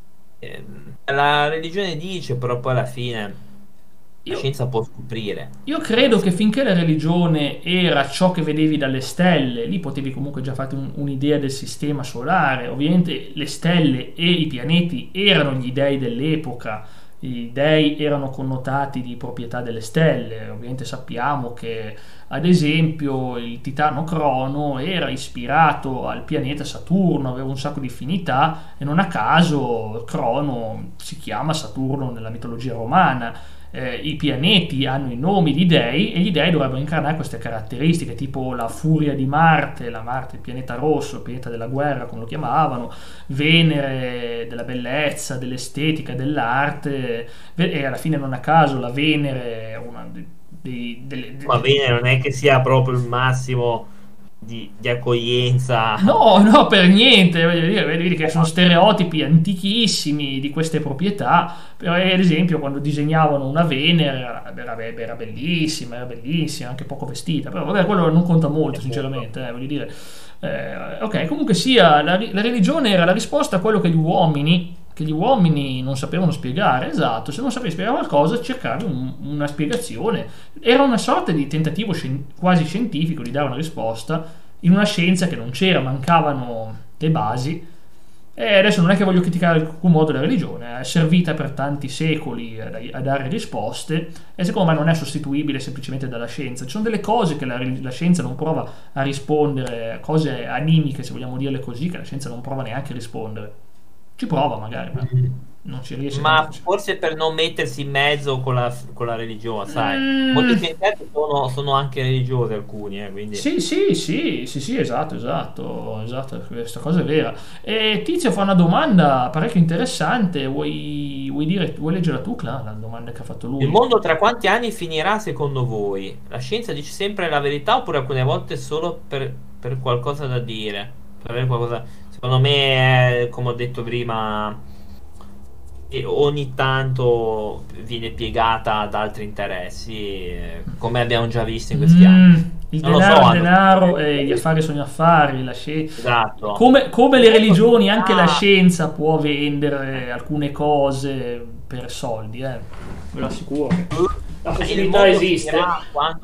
la religione dice, però poi alla fine la Io, scienza può scoprire. io credo che finché la religione era ciò che vedevi dalle stelle, lì potevi comunque già farti un'idea del sistema solare. Ovviamente le stelle e i pianeti erano gli dei dell'epoca, i dei erano connotati di proprietà delle stelle. Ovviamente sappiamo che, ad esempio, il titano Crono era ispirato al pianeta Saturno, aveva un sacco di affinità e non a caso Crono si chiama Saturno nella mitologia romana. I pianeti hanno i nomi di dei e gli dei dovrebbero incarnare queste caratteristiche, tipo la furia di Marte, il pianeta rosso, il pianeta della guerra, come lo chiamavano, Venere della bellezza, dell'estetica, dell'arte, e alla fine non a caso la Venere è una Va bene, non è che sia proprio il massimo di accoglienza. No, no, per niente, voglio dire, vedi che sono stereotipi antichissimi di queste proprietà. Però, ad esempio, quando disegnavano una Venere era bellissima, anche poco vestita, però vabbè, quello non conta molto, sinceramente, voglio dire. Ok, comunque sia, la religione era la risposta a quello che gli uomini non sapevano spiegare. Esatto, se non sapevi spiegare qualcosa, cercavi una spiegazione. Era una sorta di tentativo quasi scientifico di dare una risposta in una scienza che non c'era, mancavano le basi. E adesso non è che voglio criticare in alcun modo la religione, è servita per tanti secoli a dare risposte e secondo me non è sostituibile semplicemente dalla scienza. Ci sono delle cose che la scienza non prova a rispondere, cose animiche, se vogliamo dirle così, che la scienza non prova neanche a rispondere. Ci prova magari, ma non ci riesce Ma tanto. forse per non mettersi in mezzo con la religione, sai. Mm. Molti scienziati sono anche religiosi alcuni, quindi. Sì, esatto, questa cosa è vera. E Tizio fa una domanda parecchio interessante, vuoi leggerla tu, Cla, la domanda che ha fatto lui? Il mondo tra quanti anni finirà secondo voi? La scienza dice sempre la verità oppure alcune volte solo per qualcosa da dire? Per avere qualcosa. Secondo me, come ho detto prima, ogni tanto viene piegata ad altri interessi, come abbiamo già visto in questi anni. Il Non lo denaro so, è denaro e gli affari sono affari, esatto. come le religioni, anche la scienza può vendere alcune cose per soldi, ve lo assicuro. La Il possibilità mondo esiste. finirà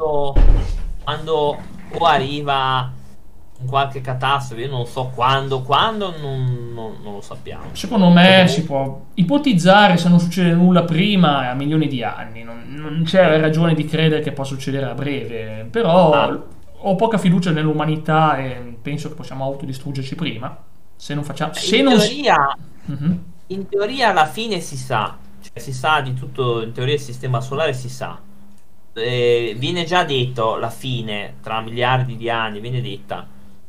quando o arriva in qualche catastrofe, io non so quando non lo sappiamo. Secondo me si può ipotizzare, se non succede nulla prima, a milioni di anni. Non c'è ragione di credere che possa succedere a breve. Però ho poca fiducia nell'umanità e penso che possiamo autodistruggerci prima. Se non facciamo... Se In non... teoria, Mhm. in teoria alla fine si sa, cioè si sa di tutto, in teoria il sistema solare si sa. Viene già detto la fine, tra miliardi di anni, viene detta.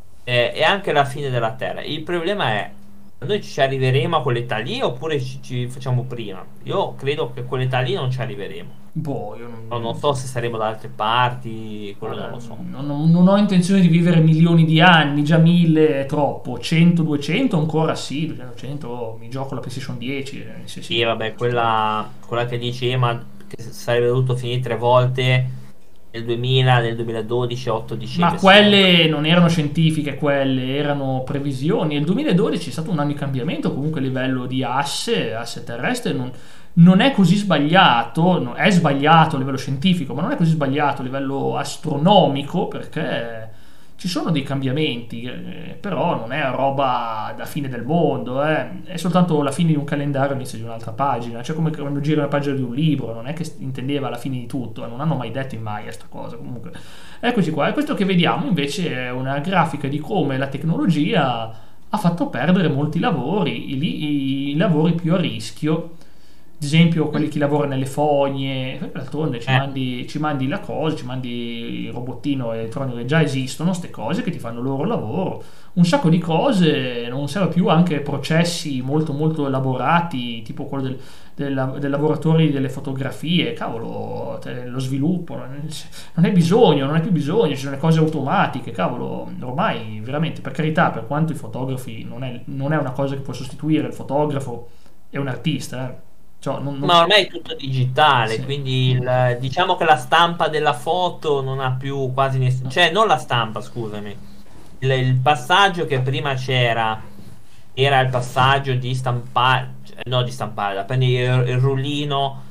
E anche la fine della Terra. Il problema è, noi ci arriveremo a quell'età lì oppure ci facciamo prima? Io credo che a quell'età lì non ci arriveremo. Boh, io Non so se saremo da altre parti, quello non lo so. non ho intenzione di vivere milioni di anni, già 1000 è troppo, 100, 200 ancora sì, 200 mi gioco la PlayStation 10, sì, Sì, sì. vabbè, quella che dice ma che sarebbe dovuto finire 3 volte nel 2000, nel 2012, 8 Ma dicembre. quelle non erano scientifiche, quelle erano previsioni. Il 2012 è stato un anno di cambiamento, comunque a livello di asse terrestre non è così sbagliato, è sbagliato a livello scientifico, ma non è così sbagliato a livello astronomico perché ci sono dei cambiamenti, però non è roba da fine del mondo, è soltanto la fine di un calendario all'inizio di un'altra pagina, cioè come quando gira una pagina di un libro, non è che intendeva la fine di tutto, non hanno mai detto in Maya sta cosa, comunque. Eccoci qua, e questo che vediamo invece è una grafica di come la tecnologia ha fatto perdere molti lavori, i lavori più a rischio, ad esempio quelli che lavorano nelle fogne, d'altronde ci mandi la cosa, ci mandi il robottino elettronico che già esistono, queste cose che ti fanno il loro lavoro, un sacco di cose, non serve più anche processi molto molto elaborati, tipo quello del lavoratore delle fotografie, cavolo, lo sviluppo, non è bisogno, non è più bisogno, ci sono le cose automatiche, cavolo, ormai veramente, per carità, per quanto i fotografi non è una cosa che può sostituire, il fotografo è un artista, cioè, Ma ormai è tutto digitale, sì. quindi diciamo che la stampa della foto non ha più quasi nessuno. Cioè, non la stampa, scusami. Il passaggio che prima c'era era il passaggio di stampare, cioè, no, di stampare, da prendere il rullino.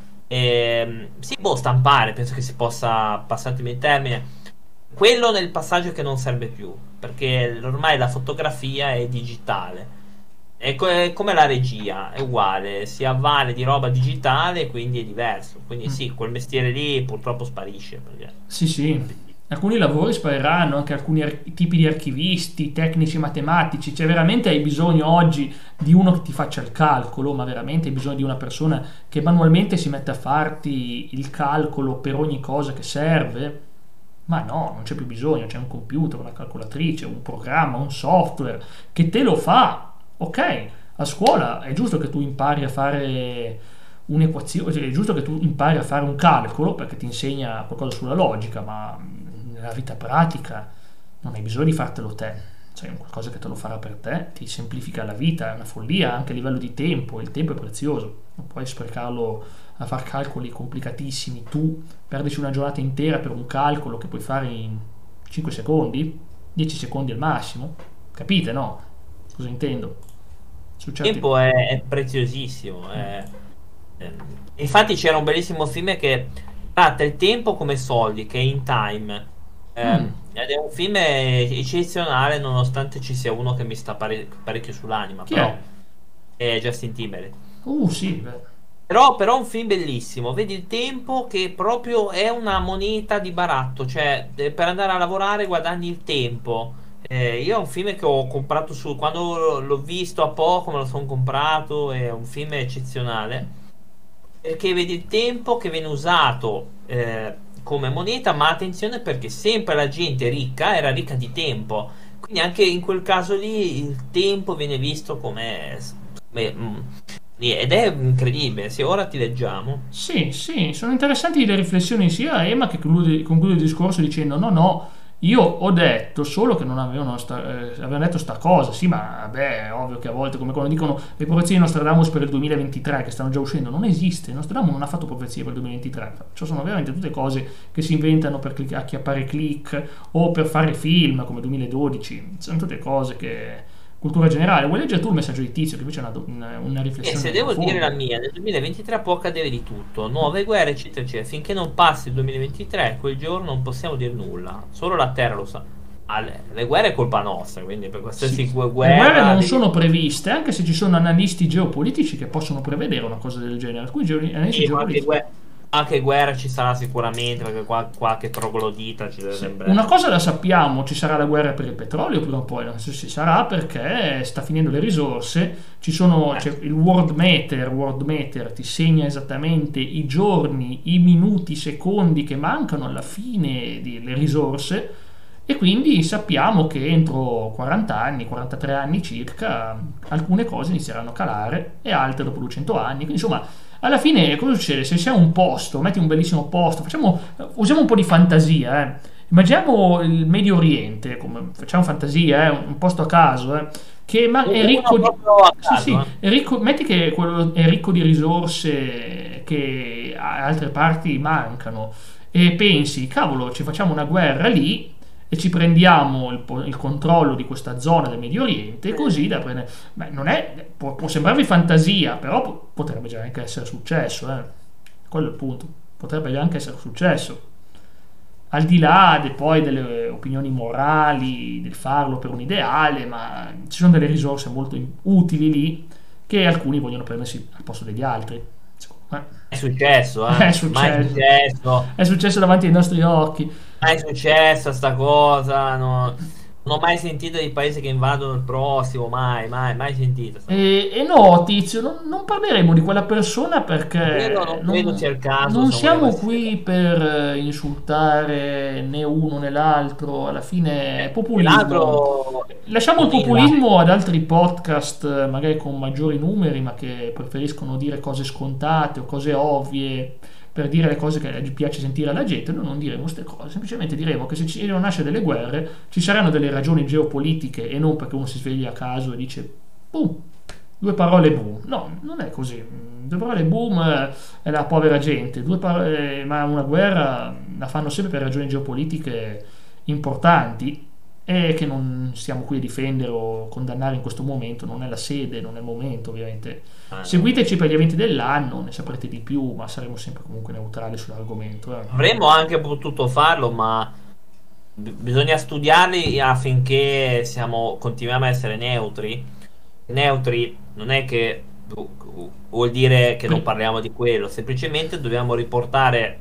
Si può stampare, penso che si possa, passatemi il termine. Quello nel passaggio che non serve più, perché ormai la fotografia è digitale. È come la regia, è uguale, si avvale di roba digitale, quindi è diverso. Quindi Mm. sì, quel mestiere lì purtroppo sparisce. Perché... Sì, sì. Alcuni lavori spariranno, anche alcuni tipi di archivisti, tecnici matematici, cioè veramente hai bisogno oggi di uno che ti faccia il calcolo, ma veramente hai bisogno di una persona che manualmente si mette a farti il calcolo per ogni cosa che serve? Ma no, non c'è più bisogno, c'è un computer, una calcolatrice, un programma, un software che te lo fa. Ok, a scuola è giusto che tu impari a fare un'equazione, cioè è giusto che tu impari a fare un calcolo perché ti insegna qualcosa sulla logica, ma nella vita pratica non hai bisogno di fartelo te, cioè qualcosa che te lo farà per te, ti semplifica la vita, è una follia anche a livello di tempo, il tempo è prezioso, non puoi sprecarlo a fare calcoli complicatissimi, tu perdici una giornata intera per un calcolo che puoi fare in 5 secondi, 10 secondi al massimo, capite no? Cosa intendo? Su Il certi... tempo è preziosissimo. Infatti c'era un bellissimo film che tratta il tempo come soldi, che è In Time. Mm, Ed è un film eccezionale, nonostante ci sia uno che mi sta parecchio sull'anima, chi però è? è Justin Timberlake. Sì, beh. Però è un film bellissimo. Vedi il tempo che proprio è una moneta di baratto, cioè per andare a lavorare guadagni il tempo. Io è un film che ho comprato quando l'ho visto a poco, me lo sono comprato. È un film eccezionale perché vedi il tempo che viene usato come moneta, ma attenzione perché sempre la gente ricca era ricca di tempo. Quindi anche in quel caso lì il tempo viene visto ed è incredibile. Se ora ti leggiamo. Sì, sì, sono interessanti le riflessioni sia Emma che conclude il discorso dicendo no, no, io ho detto solo che non avevano detto sta cosa, sì, ma vabbè, è ovvio che a volte, come quando dicono le profezie di Nostradamus per il 2023 che stanno già uscendo, non esiste, Nostradamus non ha fatto profezie per il 2023, cioè sono veramente tutte cose che si inventano per acchiappare click o per fare film come 2012, sono tutte cose che... Cultura generale, vuoi leggere tu il messaggio di Tizio che invece è una E se riflessione devo dire la profonda? mia, nel 2023 può accadere di tutto, nuove guerre, eccetera, eccetera. Finché non passi il 2023, quel giorno non possiamo dire nulla, solo la Terra lo sa. Le guerre è colpa nostra, quindi per Sì. qualsiasi Le guerre guerra non devi... sono previste, anche se ci sono analisti geopolitici che possono prevedere una cosa del genere. Alcuni analisti Sì, ma anche geopolitici. Qualche guerra ci sarà sicuramente, perché qualche troglodita ci deve sembrare. Una cosa la sappiamo, ci sarà la guerra per il petrolio prima o poi, non so se ci sarà perché sta finendo le risorse, c'è il World Meter ti segna esattamente i giorni, i minuti, i secondi che mancano alla fine delle risorse e quindi sappiamo che entro 40 anni, 43 anni circa, alcune cose inizieranno a calare e altre dopo 200 anni, quindi insomma alla fine cosa succede? Se c'è un posto, metti un bellissimo posto, usiamo un po' di fantasia, immaginiamo il Medio Oriente, facciamo fantasia, un posto a caso, che è ricco di... Sì, è ricco, metti che quello è ricco di risorse che a altre parti mancano e pensi, cavolo, ci facciamo una guerra lì e ci prendiamo il controllo di questa zona del Medio Oriente così da prendere. Beh, non è, può sembrarvi fantasia, però potrebbe già anche essere successo, quello è il punto, potrebbe già anche essere successo, al di là poi delle opinioni morali del farlo per un ideale, ma ci sono delle risorse molto utili lì che alcuni vogliono prendersi al posto degli altri, secondo me. È successo, È successo. Mai successo. È successo davanti ai nostri occhi. Mai è successa sta cosa, no. Non ho mai sentito di paesi che invadono il prossimo, mai sentito. E no, Tizio, non parleremo di quella persona perché Non credo sia il caso. non siamo qui per insultare né uno né l'altro, alla fine è populismo. Lasciamo il populismo ad altri podcast, magari con maggiori numeri, ma che preferiscono dire cose scontate o cose ovvie per dire le cose che gli piace sentire alla gente. Noi non diremo queste cose, semplicemente diremo che se ci devono nascere delle guerre ci saranno delle ragioni geopolitiche e non perché uno si sveglia a caso e dice boom, due parole boom. No, non è così. Due parole boom è la povera gente, ma una guerra la fanno sempre per ragioni geopolitiche importanti e che non stiamo qui a difendere o condannare in questo momento, non è la sede, non è il momento ovviamente. Seguiteci per gli eventi dell'anno, ne saprete di più, ma saremo sempre comunque neutrali sull'argomento. Avremmo anche potuto farlo, ma bisogna studiarli affinché continuiamo a essere neutri. Neutri non è che vuol dire che non parliamo di quello, semplicemente dobbiamo riportare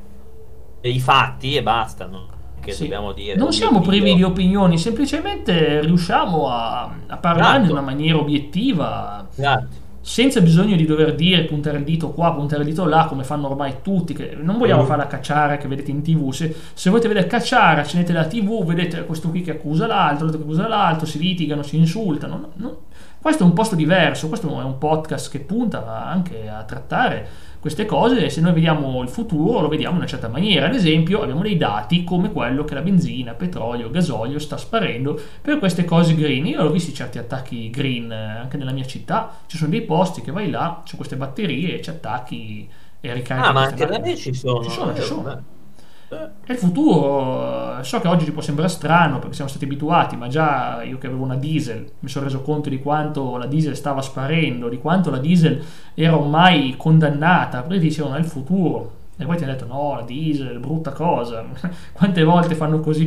i fatti e basta, no? Che sì. Dobbiamo dire. Non siamo privi di opinioni, semplicemente riusciamo a parlarne in una maniera obiettiva. Senza bisogno di dover dire puntare il dito qua, puntare il dito là, come fanno ormai tutti, che non vogliamo fare la cacciara che vedete in TV. Se volete vedere cacciara, accendete la TV, vedete questo qui che accusa l'altro, si litigano, si insultano. Questo è un posto diverso, questo è un podcast che punta anche a trattare queste cose e se noi vediamo il futuro lo vediamo in una certa maniera. Ad esempio abbiamo dei dati come quello che la benzina, petrolio, gasolio sta sparendo per queste cose green. Io ho visto certi attacchi green anche nella mia città, ci sono dei posti che vai là, c'è queste batterie e ci attacchi e ricarichi. Ma anche da me ci sono. Ci sono. È il futuro. So che oggi ti può sembrare strano perché siamo stati abituati, ma già io che avevo una diesel mi sono reso conto di quanto la diesel stava sparendo, di quanto la diesel era ormai condannata. Poi dicevano è il futuro e poi ti hanno detto no, la diesel brutta cosa. Quante volte fanno così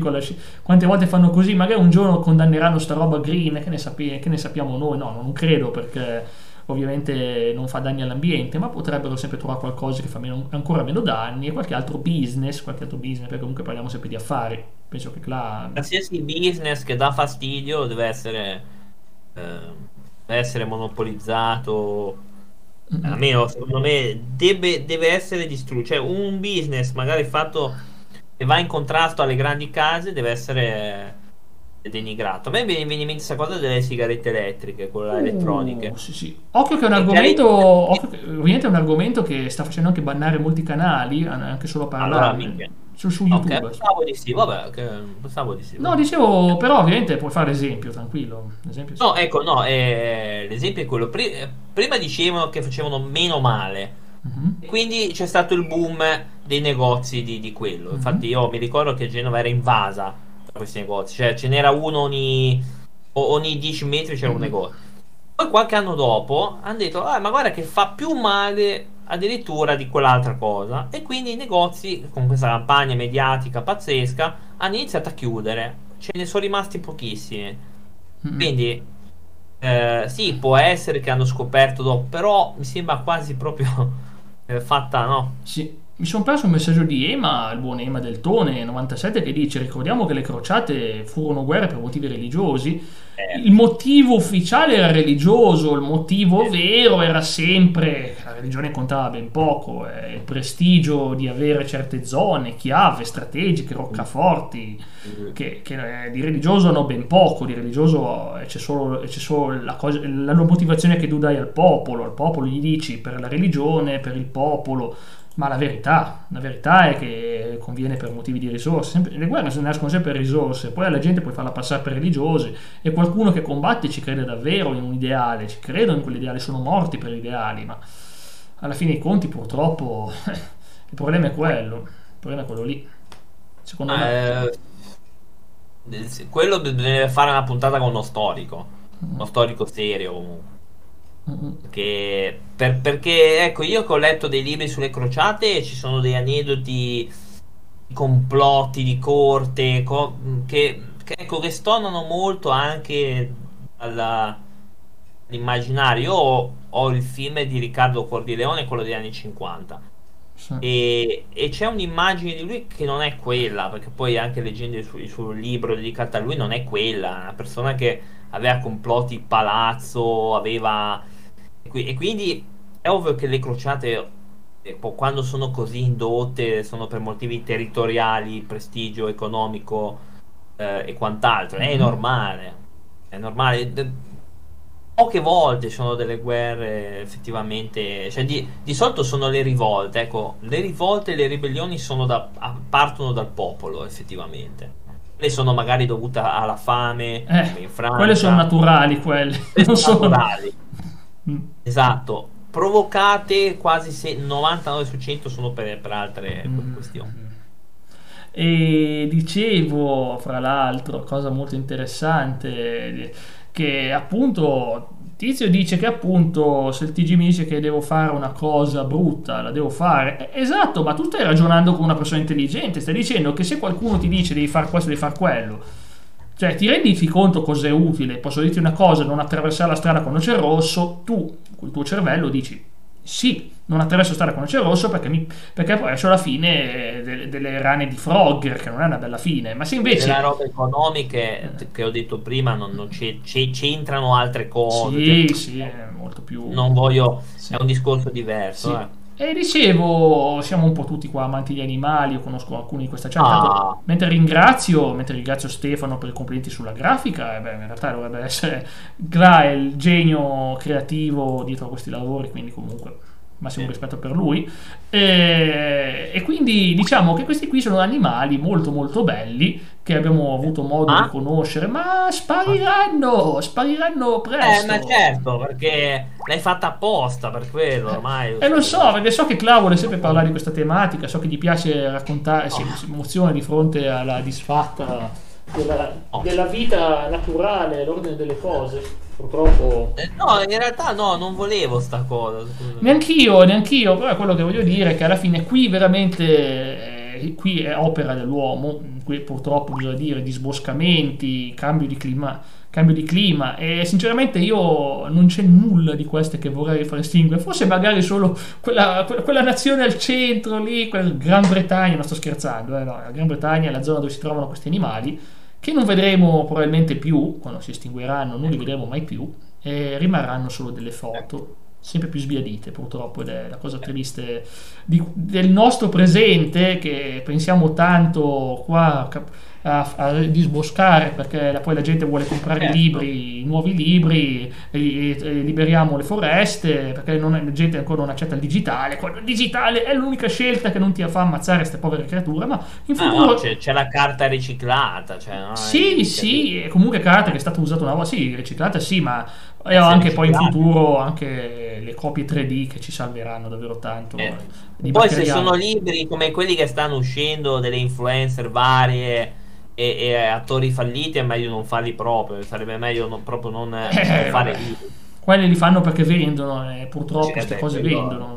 magari un giorno condanneranno sta roba green, che ne sappiamo noi. No, non credo, perché ovviamente non fa danni all'ambiente, ma potrebbero sempre trovare qualcosa che fa ancora meno danni e qualche altro business, perché comunque parliamo sempre di affari. Penso che qualsiasi business che dà fastidio deve essere monopolizzato. Almeno secondo me deve essere distrutto. Cioè un business magari fatto che va in contrasto alle grandi case deve essere denigrato. A me viene in mente questa cosa delle sigarette elettriche, quelle elettroniche. Sì. Occhio che è un argomento, ovviamente è un argomento che sta facendo anche bannare molti canali, anche solo a parlare su YouTube. Pensavo di sì, pensavo di sì. No, dicevo, però ovviamente puoi fare l'esempio, tranquillo. L'esempio è quello. Prima dicevano che facevano meno male. Quindi c'è stato il boom dei negozi di quello. Infatti io mi ricordo che Genova era invasa questi negozi, cioè ce n'era uno ogni 10 metri c'era un negozio. Poi qualche anno dopo hanno detto ma guarda che fa più male addirittura di quell'altra cosa, e quindi i negozi con questa campagna mediatica pazzesca hanno iniziato a chiudere, ce ne sono rimasti pochissimi. Quindi sì, può essere che hanno scoperto dopo, però mi sembra quasi proprio fatta, no? Sì. mi sono perso un messaggio di Ema, il buon Ema del Tone 97, che dice: ricordiamo che le crociate furono guerre per motivi religiosi. Il motivo ufficiale era religioso, il motivo vero era sempre la religione contava ben poco, il prestigio di avere certe zone chiave strategiche, roccaforti, che di religioso hanno ben poco. Di religioso c'è solo la motivazione che tu dai al popolo gli dici per la religione, per il popolo. Ma la verità è che conviene per motivi di risorse. Le guerre nascono sempre per risorse, poi alla gente puoi farla passare per religiose, e qualcuno che combatte ci crede davvero in un ideale, ci credono in quell'ideale, sono morti per ideali, ma alla fine dei conti purtroppo il problema è quello lì, secondo me. Quello deve fare una puntata con uno storico serio comunque. Perché ecco, io che ho letto dei libri sulle crociate, ci sono dei aneddoti di complotti di corte ecco, che stonano molto anche dall'immaginario. Io ho il film di Riccardo Cordileone, quello degli anni 50, Sì. e c'è un'immagine di lui che non è quella, perché poi anche leggendo sul libro dedicato a lui non è quella, una persona che aveva complotti in palazzo, e quindi è ovvio che le crociate, quando sono così indotte, sono per motivi territoriali, prestigio economico, e quant'altro. È normale, è normale. Poche volte sono delle guerre effettivamente, cioè di solito sono le rivolte, ecco, le rivolte e le ribellioni partono dal popolo effettivamente. Le sono magari dovute alla fame, come in Francia. Quelle sono naturali, quelle non sono naturali. Esatto, provocate quasi 99 su 100 sono per altre questioni. E dicevo, fra l'altro, cosa molto interessante, che appunto Tizio dice che appunto se il TG mi dice che devo fare una cosa brutta, la devo fare. Esatto, ma tu stai ragionando con una persona intelligente, stai dicendo che se qualcuno ti dice devi fare questo, devi fare quello, cioè ti rendi conto cosa è utile. Posso dirti una cosa: non attraversare la strada quando c'è il rosso. Tu col tuo cervello dici sì, non attraverso la strada quando c'è il rosso perché poi esce la fine delle rane di Frogger, che non è una bella fine. Ma se invece le robe economiche che ho detto prima non c'entrano altre cose, sì, è molto più, non voglio, sì. È un discorso diverso, Sì. E dicevo, siamo un po' tutti qua amanti degli animali, io conosco alcuni di questa chat. Mentre ringrazio Stefano per i complimenti sulla grafica, in realtà dovrebbe essere il genio creativo dietro a questi lavori, quindi comunque massimo rispetto per lui. E quindi diciamo che questi qui sono animali molto molto belli che abbiamo avuto modo di conoscere, ma spariranno presto. Ma certo, perché l'hai fatta apposta per quello ormai. E lo so, perché so che Clau vuole sempre parlare di questa tematica, so che gli piace raccontare, si emoziona di fronte alla disfatta della vita naturale, l'ordine delle cose. Purtroppo no, in realtà no, non volevo sta cosa. Neanch'io, però quello che voglio dire è che alla fine qui veramente qui è opera dell'uomo, qui purtroppo bisogna dire disboscamenti, cambio di clima, e sinceramente io non c'è nulla di queste che vorrei far estinguere. Forse magari solo quella nazione al centro lì, quella Gran Bretagna, non sto scherzando, no, la Gran Bretagna è la zona dove si trovano questi animali, che non vedremo probabilmente più, quando si estingueranno non li vedremo mai più, e rimarranno solo delle foto sempre più sbiadite purtroppo, ed è la cosa triste del nostro presente, che pensiamo tanto qua a disboscare perché poi la gente vuole comprare nuovi libri, e liberiamo le foreste perché la gente ancora non accetta il digitale, quando il digitale è l'unica scelta che non ti fa ammazzare queste povere creature. Ma in futuro c'è la carta riciclata, cioè, no? Sì, comunque carta che è stata usata una volta, sì, riciclata sì, ma anche poi in futuro anche le copie 3D che ci salveranno davvero tanto di poi materiale. Se sono libri come quelli che stanno uscendo delle influencer varie e attori falliti, è meglio non farli proprio, sarebbe meglio non fare libri. Quelli li fanno perché vendono, e purtroppo queste cose vendono.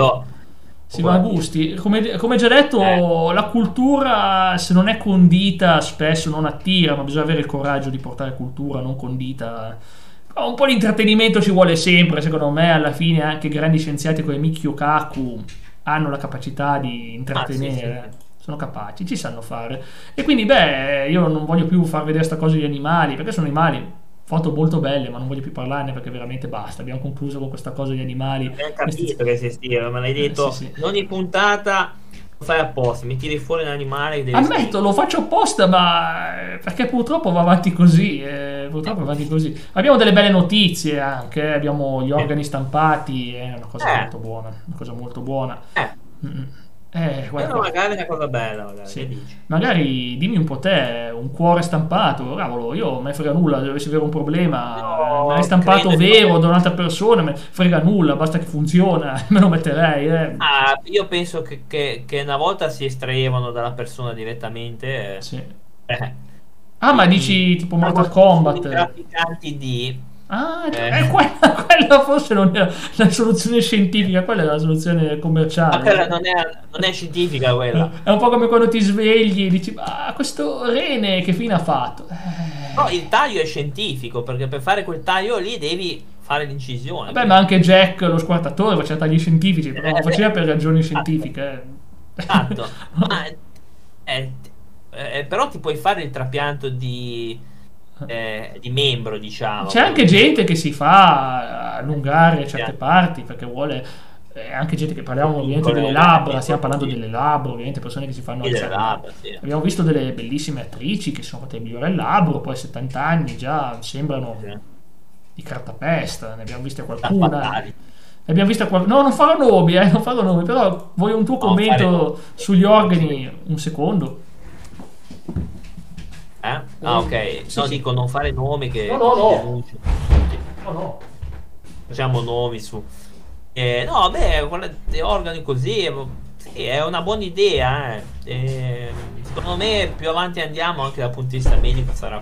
Si va a gusti. Come già detto, la cultura, se non è condita, spesso non attira, ma bisogna avere il coraggio di portare cultura non condita. Un po' di intrattenimento ci vuole sempre, secondo me. Alla fine anche grandi scienziati come Michio Kaku hanno la capacità di Ah, sì, sì, intrattenere, sì. sono capaci, ci sanno fare. E quindi, beh, io non voglio più far vedere sta cosa degli animali, perché sono animali, foto molto belle, ma non voglio più parlarne perché veramente basta. Abbiamo concluso con questa cosa degli animali. Abbiamo Questi- capito che sei stiro, me l'hai sì, detto sì. in ogni puntata, lo fai apposta, mi tiri fuori un animale che deve Ammetto, lo estinguere. faccio apposta, ma perché purtroppo va avanti così. Purtroppo va avanti così. Abbiamo delle belle notizie anche, abbiamo gli Eh, organi stampati, è una cosa eh, molto buona. Una cosa molto buona. eh. Mm. Quello Guarda. magari è una cosa bella, magari, che Sì. dici? Magari dimmi un po' te, un cuore stampato, cavolo, io me frega nulla, se dovessi avere un problema, me l'hai Io stampato credo di vero poter... da un'altra persona, me frega nulla, basta che funziona, me lo metterei, eh. Ah, io penso che una volta si estraevano dalla persona direttamente Sì. eh, Ah, ma dici tipo diciamo, Mortal i Kombat? trafficanti di... Ah, eh, quella forse non è la soluzione scientifica, quella è la soluzione ma quella commerciale. non è scientifica quella. È un po' come quando ti svegli e dici, ah, questo rene che fine ha fatto? No, il taglio è scientifico, perché per fare quel taglio lì devi fare l'incisione. Vabbè, ma anche Jack, lo squartatore, faceva tagli scientifici, però non lo faceva Eh, per ragioni esatto, scientifiche. esatto. Ma, eh, però ti puoi fare il trapianto di membro, diciamo, C'è quello anche che dice. gente che si fa allungare certe parti perché vuole, anche gente che parliamo ovviamente delle Piccole labbra, veramente stiamo parlando così. delle labbra, ovviamente persone che si fanno Sì, delle alzare. labbra, sì. Abbiamo visto delle bellissime attrici che si sono fatte migliorare il labbro, poi a 70 anni già sembrano Sì. di cartapesta, ne abbiamo viste Da qualcuna. fatali. Ne abbiamo viste no, non farò nomi, non farò nomi, però voglio un tuo No, fare no. commento sugli organi, un secondo. Ah, ok. Sì, No, sì. dico non fare nomi No, che no, ci no. denunciano. No, no. Facciamo nomi su. No, beh, quella di organi così sì, è una buona idea. Secondo me più avanti andiamo anche dal punto di vista medico sarà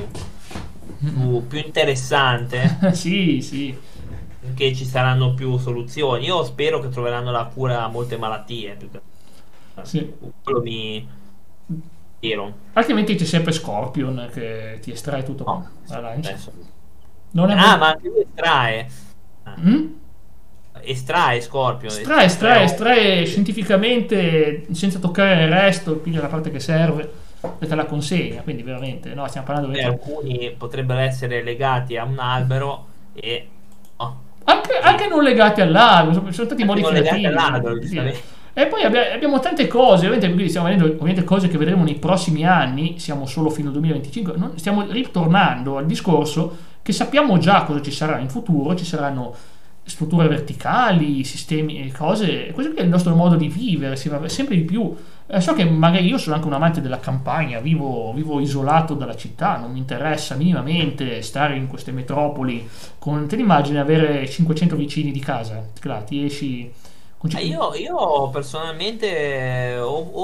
più interessante, Sì, sì. che ci saranno più soluzioni. Io spero che troveranno la cura a molte malattie. Sì. Quello mi spero. Altrimenti c'è sempre Scorpion che ti estrae tutto con No, la lancia. adesso. Non è Ah, molto. ma anche lui estrae. Ah, Mm? estrae Scorpion. Estrae scientificamente senza toccare il resto, piglia la parte che serve e te la consegna. Quindi veramente, no, stiamo parlando veramente. Alcuni potrebbero essere legati a un albero e no, Anche non legati all'albero, sono stati anche modi non legati creativi. all'albero, Voglio dire. giustamente. E poi abbiamo tante cose, ovviamente, quindi stiamo vedendo ovviamente cose che vedremo nei prossimi anni, siamo solo fino al 2025, stiamo ritornando al discorso che sappiamo già cosa ci sarà in futuro, ci saranno strutture verticali, sistemi e cose, e questo qui è il nostro modo di vivere, si va sempre di più. So che magari io sono anche un amante della campagna, vivo isolato dalla città, non mi interessa minimamente stare in queste metropoli con, te l'immagini avere 500 vicini di casa, là, ti esci con Io personalmente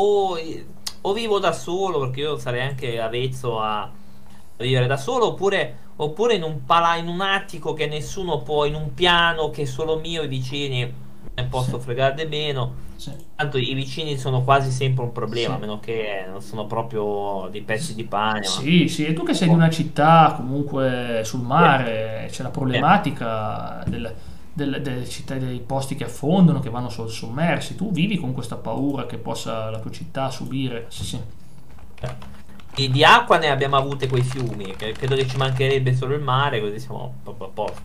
o vivo da solo, perché io sarei anche avvezzo a vivere da solo, oppure in un attico che nessuno può, in un piano che è solo mio, i vicini ne sì, posso fregarne meno. sì, Tanto i vicini sono quasi sempre un problema, a sì. meno che non sono proprio dei pezzi di pane, ma... Sì, sì, e tu che sei di una città comunque sul Eh, mare, c'è la eh, problematica delle città, dei posti che affondano, che vanno sommersi, tu vivi con questa paura che possa la tua città subire? Sì, sì. E di acqua ne abbiamo avute quei fiumi, che credo che ci mancherebbe solo il mare, così siamo proprio a posto.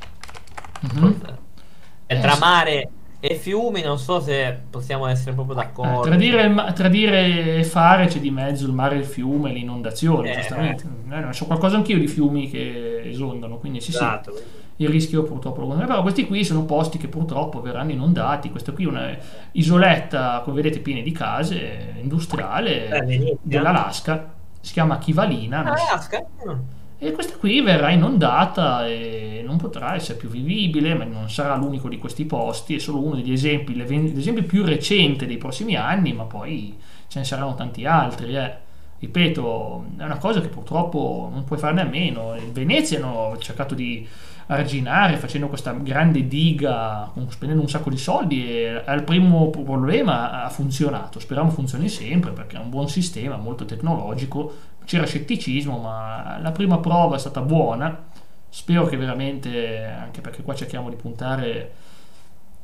Mhm. E tra Sì. mare e fiumi non so se possiamo essere proprio d'accordo. Tradire e fare c'è di mezzo il mare e il fiume, le inondazioni, Eh, giustamente. So qualcosa anch'io di fiumi che esondano, quindi sì, sì, esatto. il rischio purtroppo lo conosco. Però questi qui sono posti che purtroppo verranno inondati. Questa qui è una isoletta, come vedete, piena di case, industriale Venezia. dell'Alaska, si chiama Kivalina, non Ah, so. Alaska? E questa qui verrà inondata e non potrà essere più vivibile, ma non sarà l'unico di questi posti, è solo uno degli esempi, l'esempio più recente dei prossimi anni, ma poi ce ne saranno tanti altri. Ripeto, è una cosa che purtroppo non puoi farne a meno. In Venezia hanno cercato di arginare facendo questa grande diga, spendendo un sacco di soldi e al primo problema ha funzionato. Speriamo funzioni sempre perché è un buon sistema, molto tecnologico. C'era scetticismo, ma la prima prova è stata buona. Spero che veramente, anche perché qua cerchiamo di puntare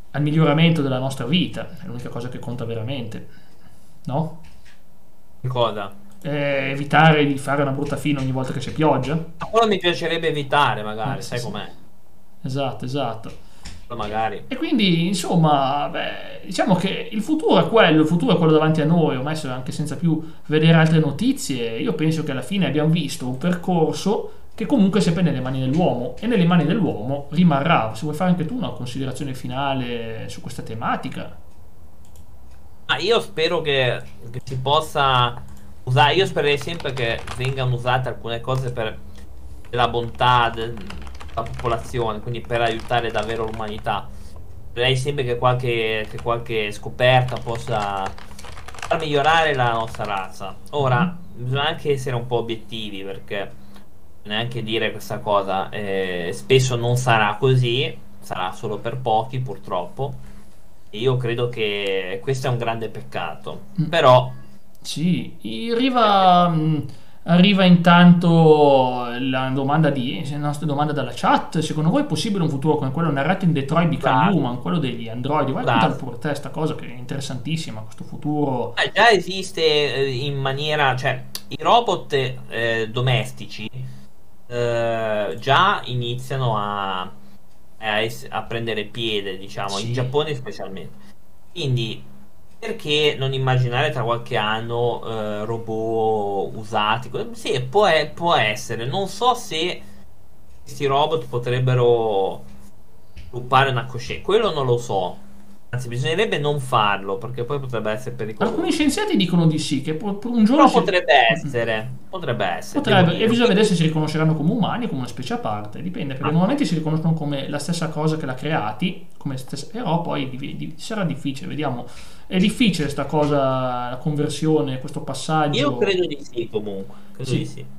al miglioramento della nostra vita, è l'unica cosa che conta veramente, no? Che cosa? Evitare di fare una brutta fine ogni volta che c'è pioggia. Ma quello mi piacerebbe evitare, magari, Sì, sai sì. com'è? Esatto, esatto. Quello magari. E quindi, insomma, beh, diciamo che il futuro è quello, il futuro è quello davanti a noi, ormai anche senza più vedere altre notizie, io penso che alla fine abbiamo visto un percorso che comunque è sempre nelle mani dell'uomo e nelle mani dell'uomo rimarrà. Se vuoi fare anche tu una considerazione finale su questa tematica. Ma io spero che si possa usare, io spererei sempre che vengano usate alcune cose per la bontà della popolazione, quindi per aiutare davvero l'umanità. Spero sempre che qualche scoperta possa far migliorare la nostra razza. Ora, bisogna anche essere un po' obiettivi, perché neanche dire questa cosa, spesso non sarà così, sarà solo per pochi purtroppo. E io credo che questo è un grande peccato. Però, Sì, arriva intanto la nostra domanda dalla chat. Secondo voi è possibile un futuro come quello narrato in Detroit Become darsi, Human, quello degli androidi? Vai a raccontare darsi. pure te sta cosa che è interessantissima, questo futuro. Già esiste in maniera, cioè i robot domestici già iniziano a prendere piede, diciamo, in Sì. Giappone specialmente. Quindi, perché non immaginare tra qualche anno robot usati? Sì, può essere. Non so se questi robot potrebbero sviluppare una coscienza. Quello non lo so. Anzi, bisognerebbe non farlo, perché poi potrebbe essere Alcuni pericoloso. scienziati dicono di sì, che per un giorno Però si... potrebbe essere, devo Potrebbe, e dire. bisogna vedere se si riconosceranno come umani o come una specie a parte, dipende, perché Ah, normalmente si riconoscono come la stessa cosa che l'ha creati, però poi sarà difficile, vediamo. È difficile sta cosa, la conversione, questo io passaggio. credo di sì, comunque. Credo di Sì. sì.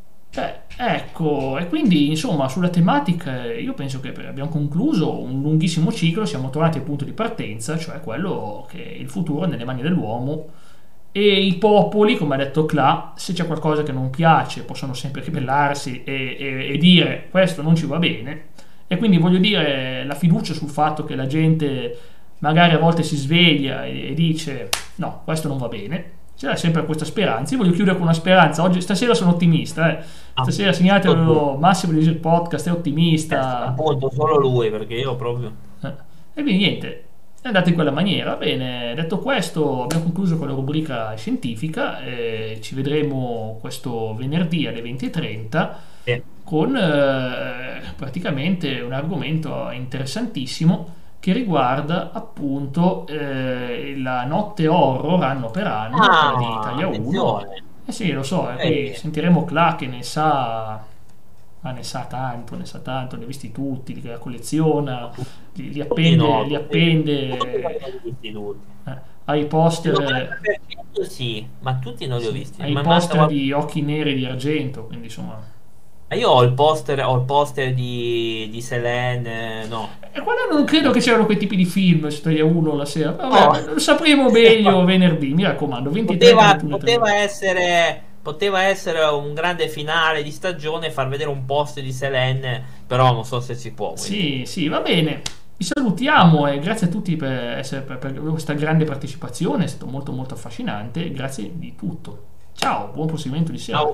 Ecco, e quindi insomma sulla tematica io penso che abbiamo concluso un lunghissimo ciclo, siamo tornati al punto di partenza, cioè quello che il futuro è nelle mani dell'uomo e i popoli, come ha detto Cla, se c'è qualcosa che non piace possono sempre ribellarsi e dire questo non ci va bene e quindi voglio dire la fiducia sul fatto che la gente magari a volte si sveglia e dice no, questo non va bene, c'è sempre questa speranza. Io voglio chiudere con una speranza. Stasera sono ottimista. Ah, Stasera tutto tu. segnatelo, Massimo di il podcast, è ottimista. Appunto, solo lui, perché io proprio... E quindi niente, è andato in quella maniera. Bene, detto questo, abbiamo concluso con la rubrica scientifica. Ci vedremo questo venerdì alle 20:30 Sì. con praticamente un argomento interessantissimo che riguarda appunto la notte horror anno per anno, quella di Ah, Italia 1. attenzione. Eh sì, lo so, qui Eh, sentiremo Cla che ne sa, ma ne sa tanto, li ha visti tutti, li colleziona, tutti no, li tutti non appende li ho visti tutti. ai Il poster, 90% sì, ma tutti non li ho sì, visti. ai Ma manca poster qualcuno. di occhi neri di argento, quindi insomma. Io ho il poster di Selene, no. E quello non credo che c'erano quei tipi di film su Italia 1 la sera. No. Vabbè, lo sapremo meglio venerdì, mi raccomando, 20:30, Poteva, 21:30. poteva essere un grande finale di stagione, far vedere un post di Selene, però non so se si può. Quindi. Sì, sì, va bene. Vi salutiamo e grazie a tutti per questa grande partecipazione, è stato molto molto affascinante. Grazie di tutto. Ciao, buon proseguimento di Ciao. serata.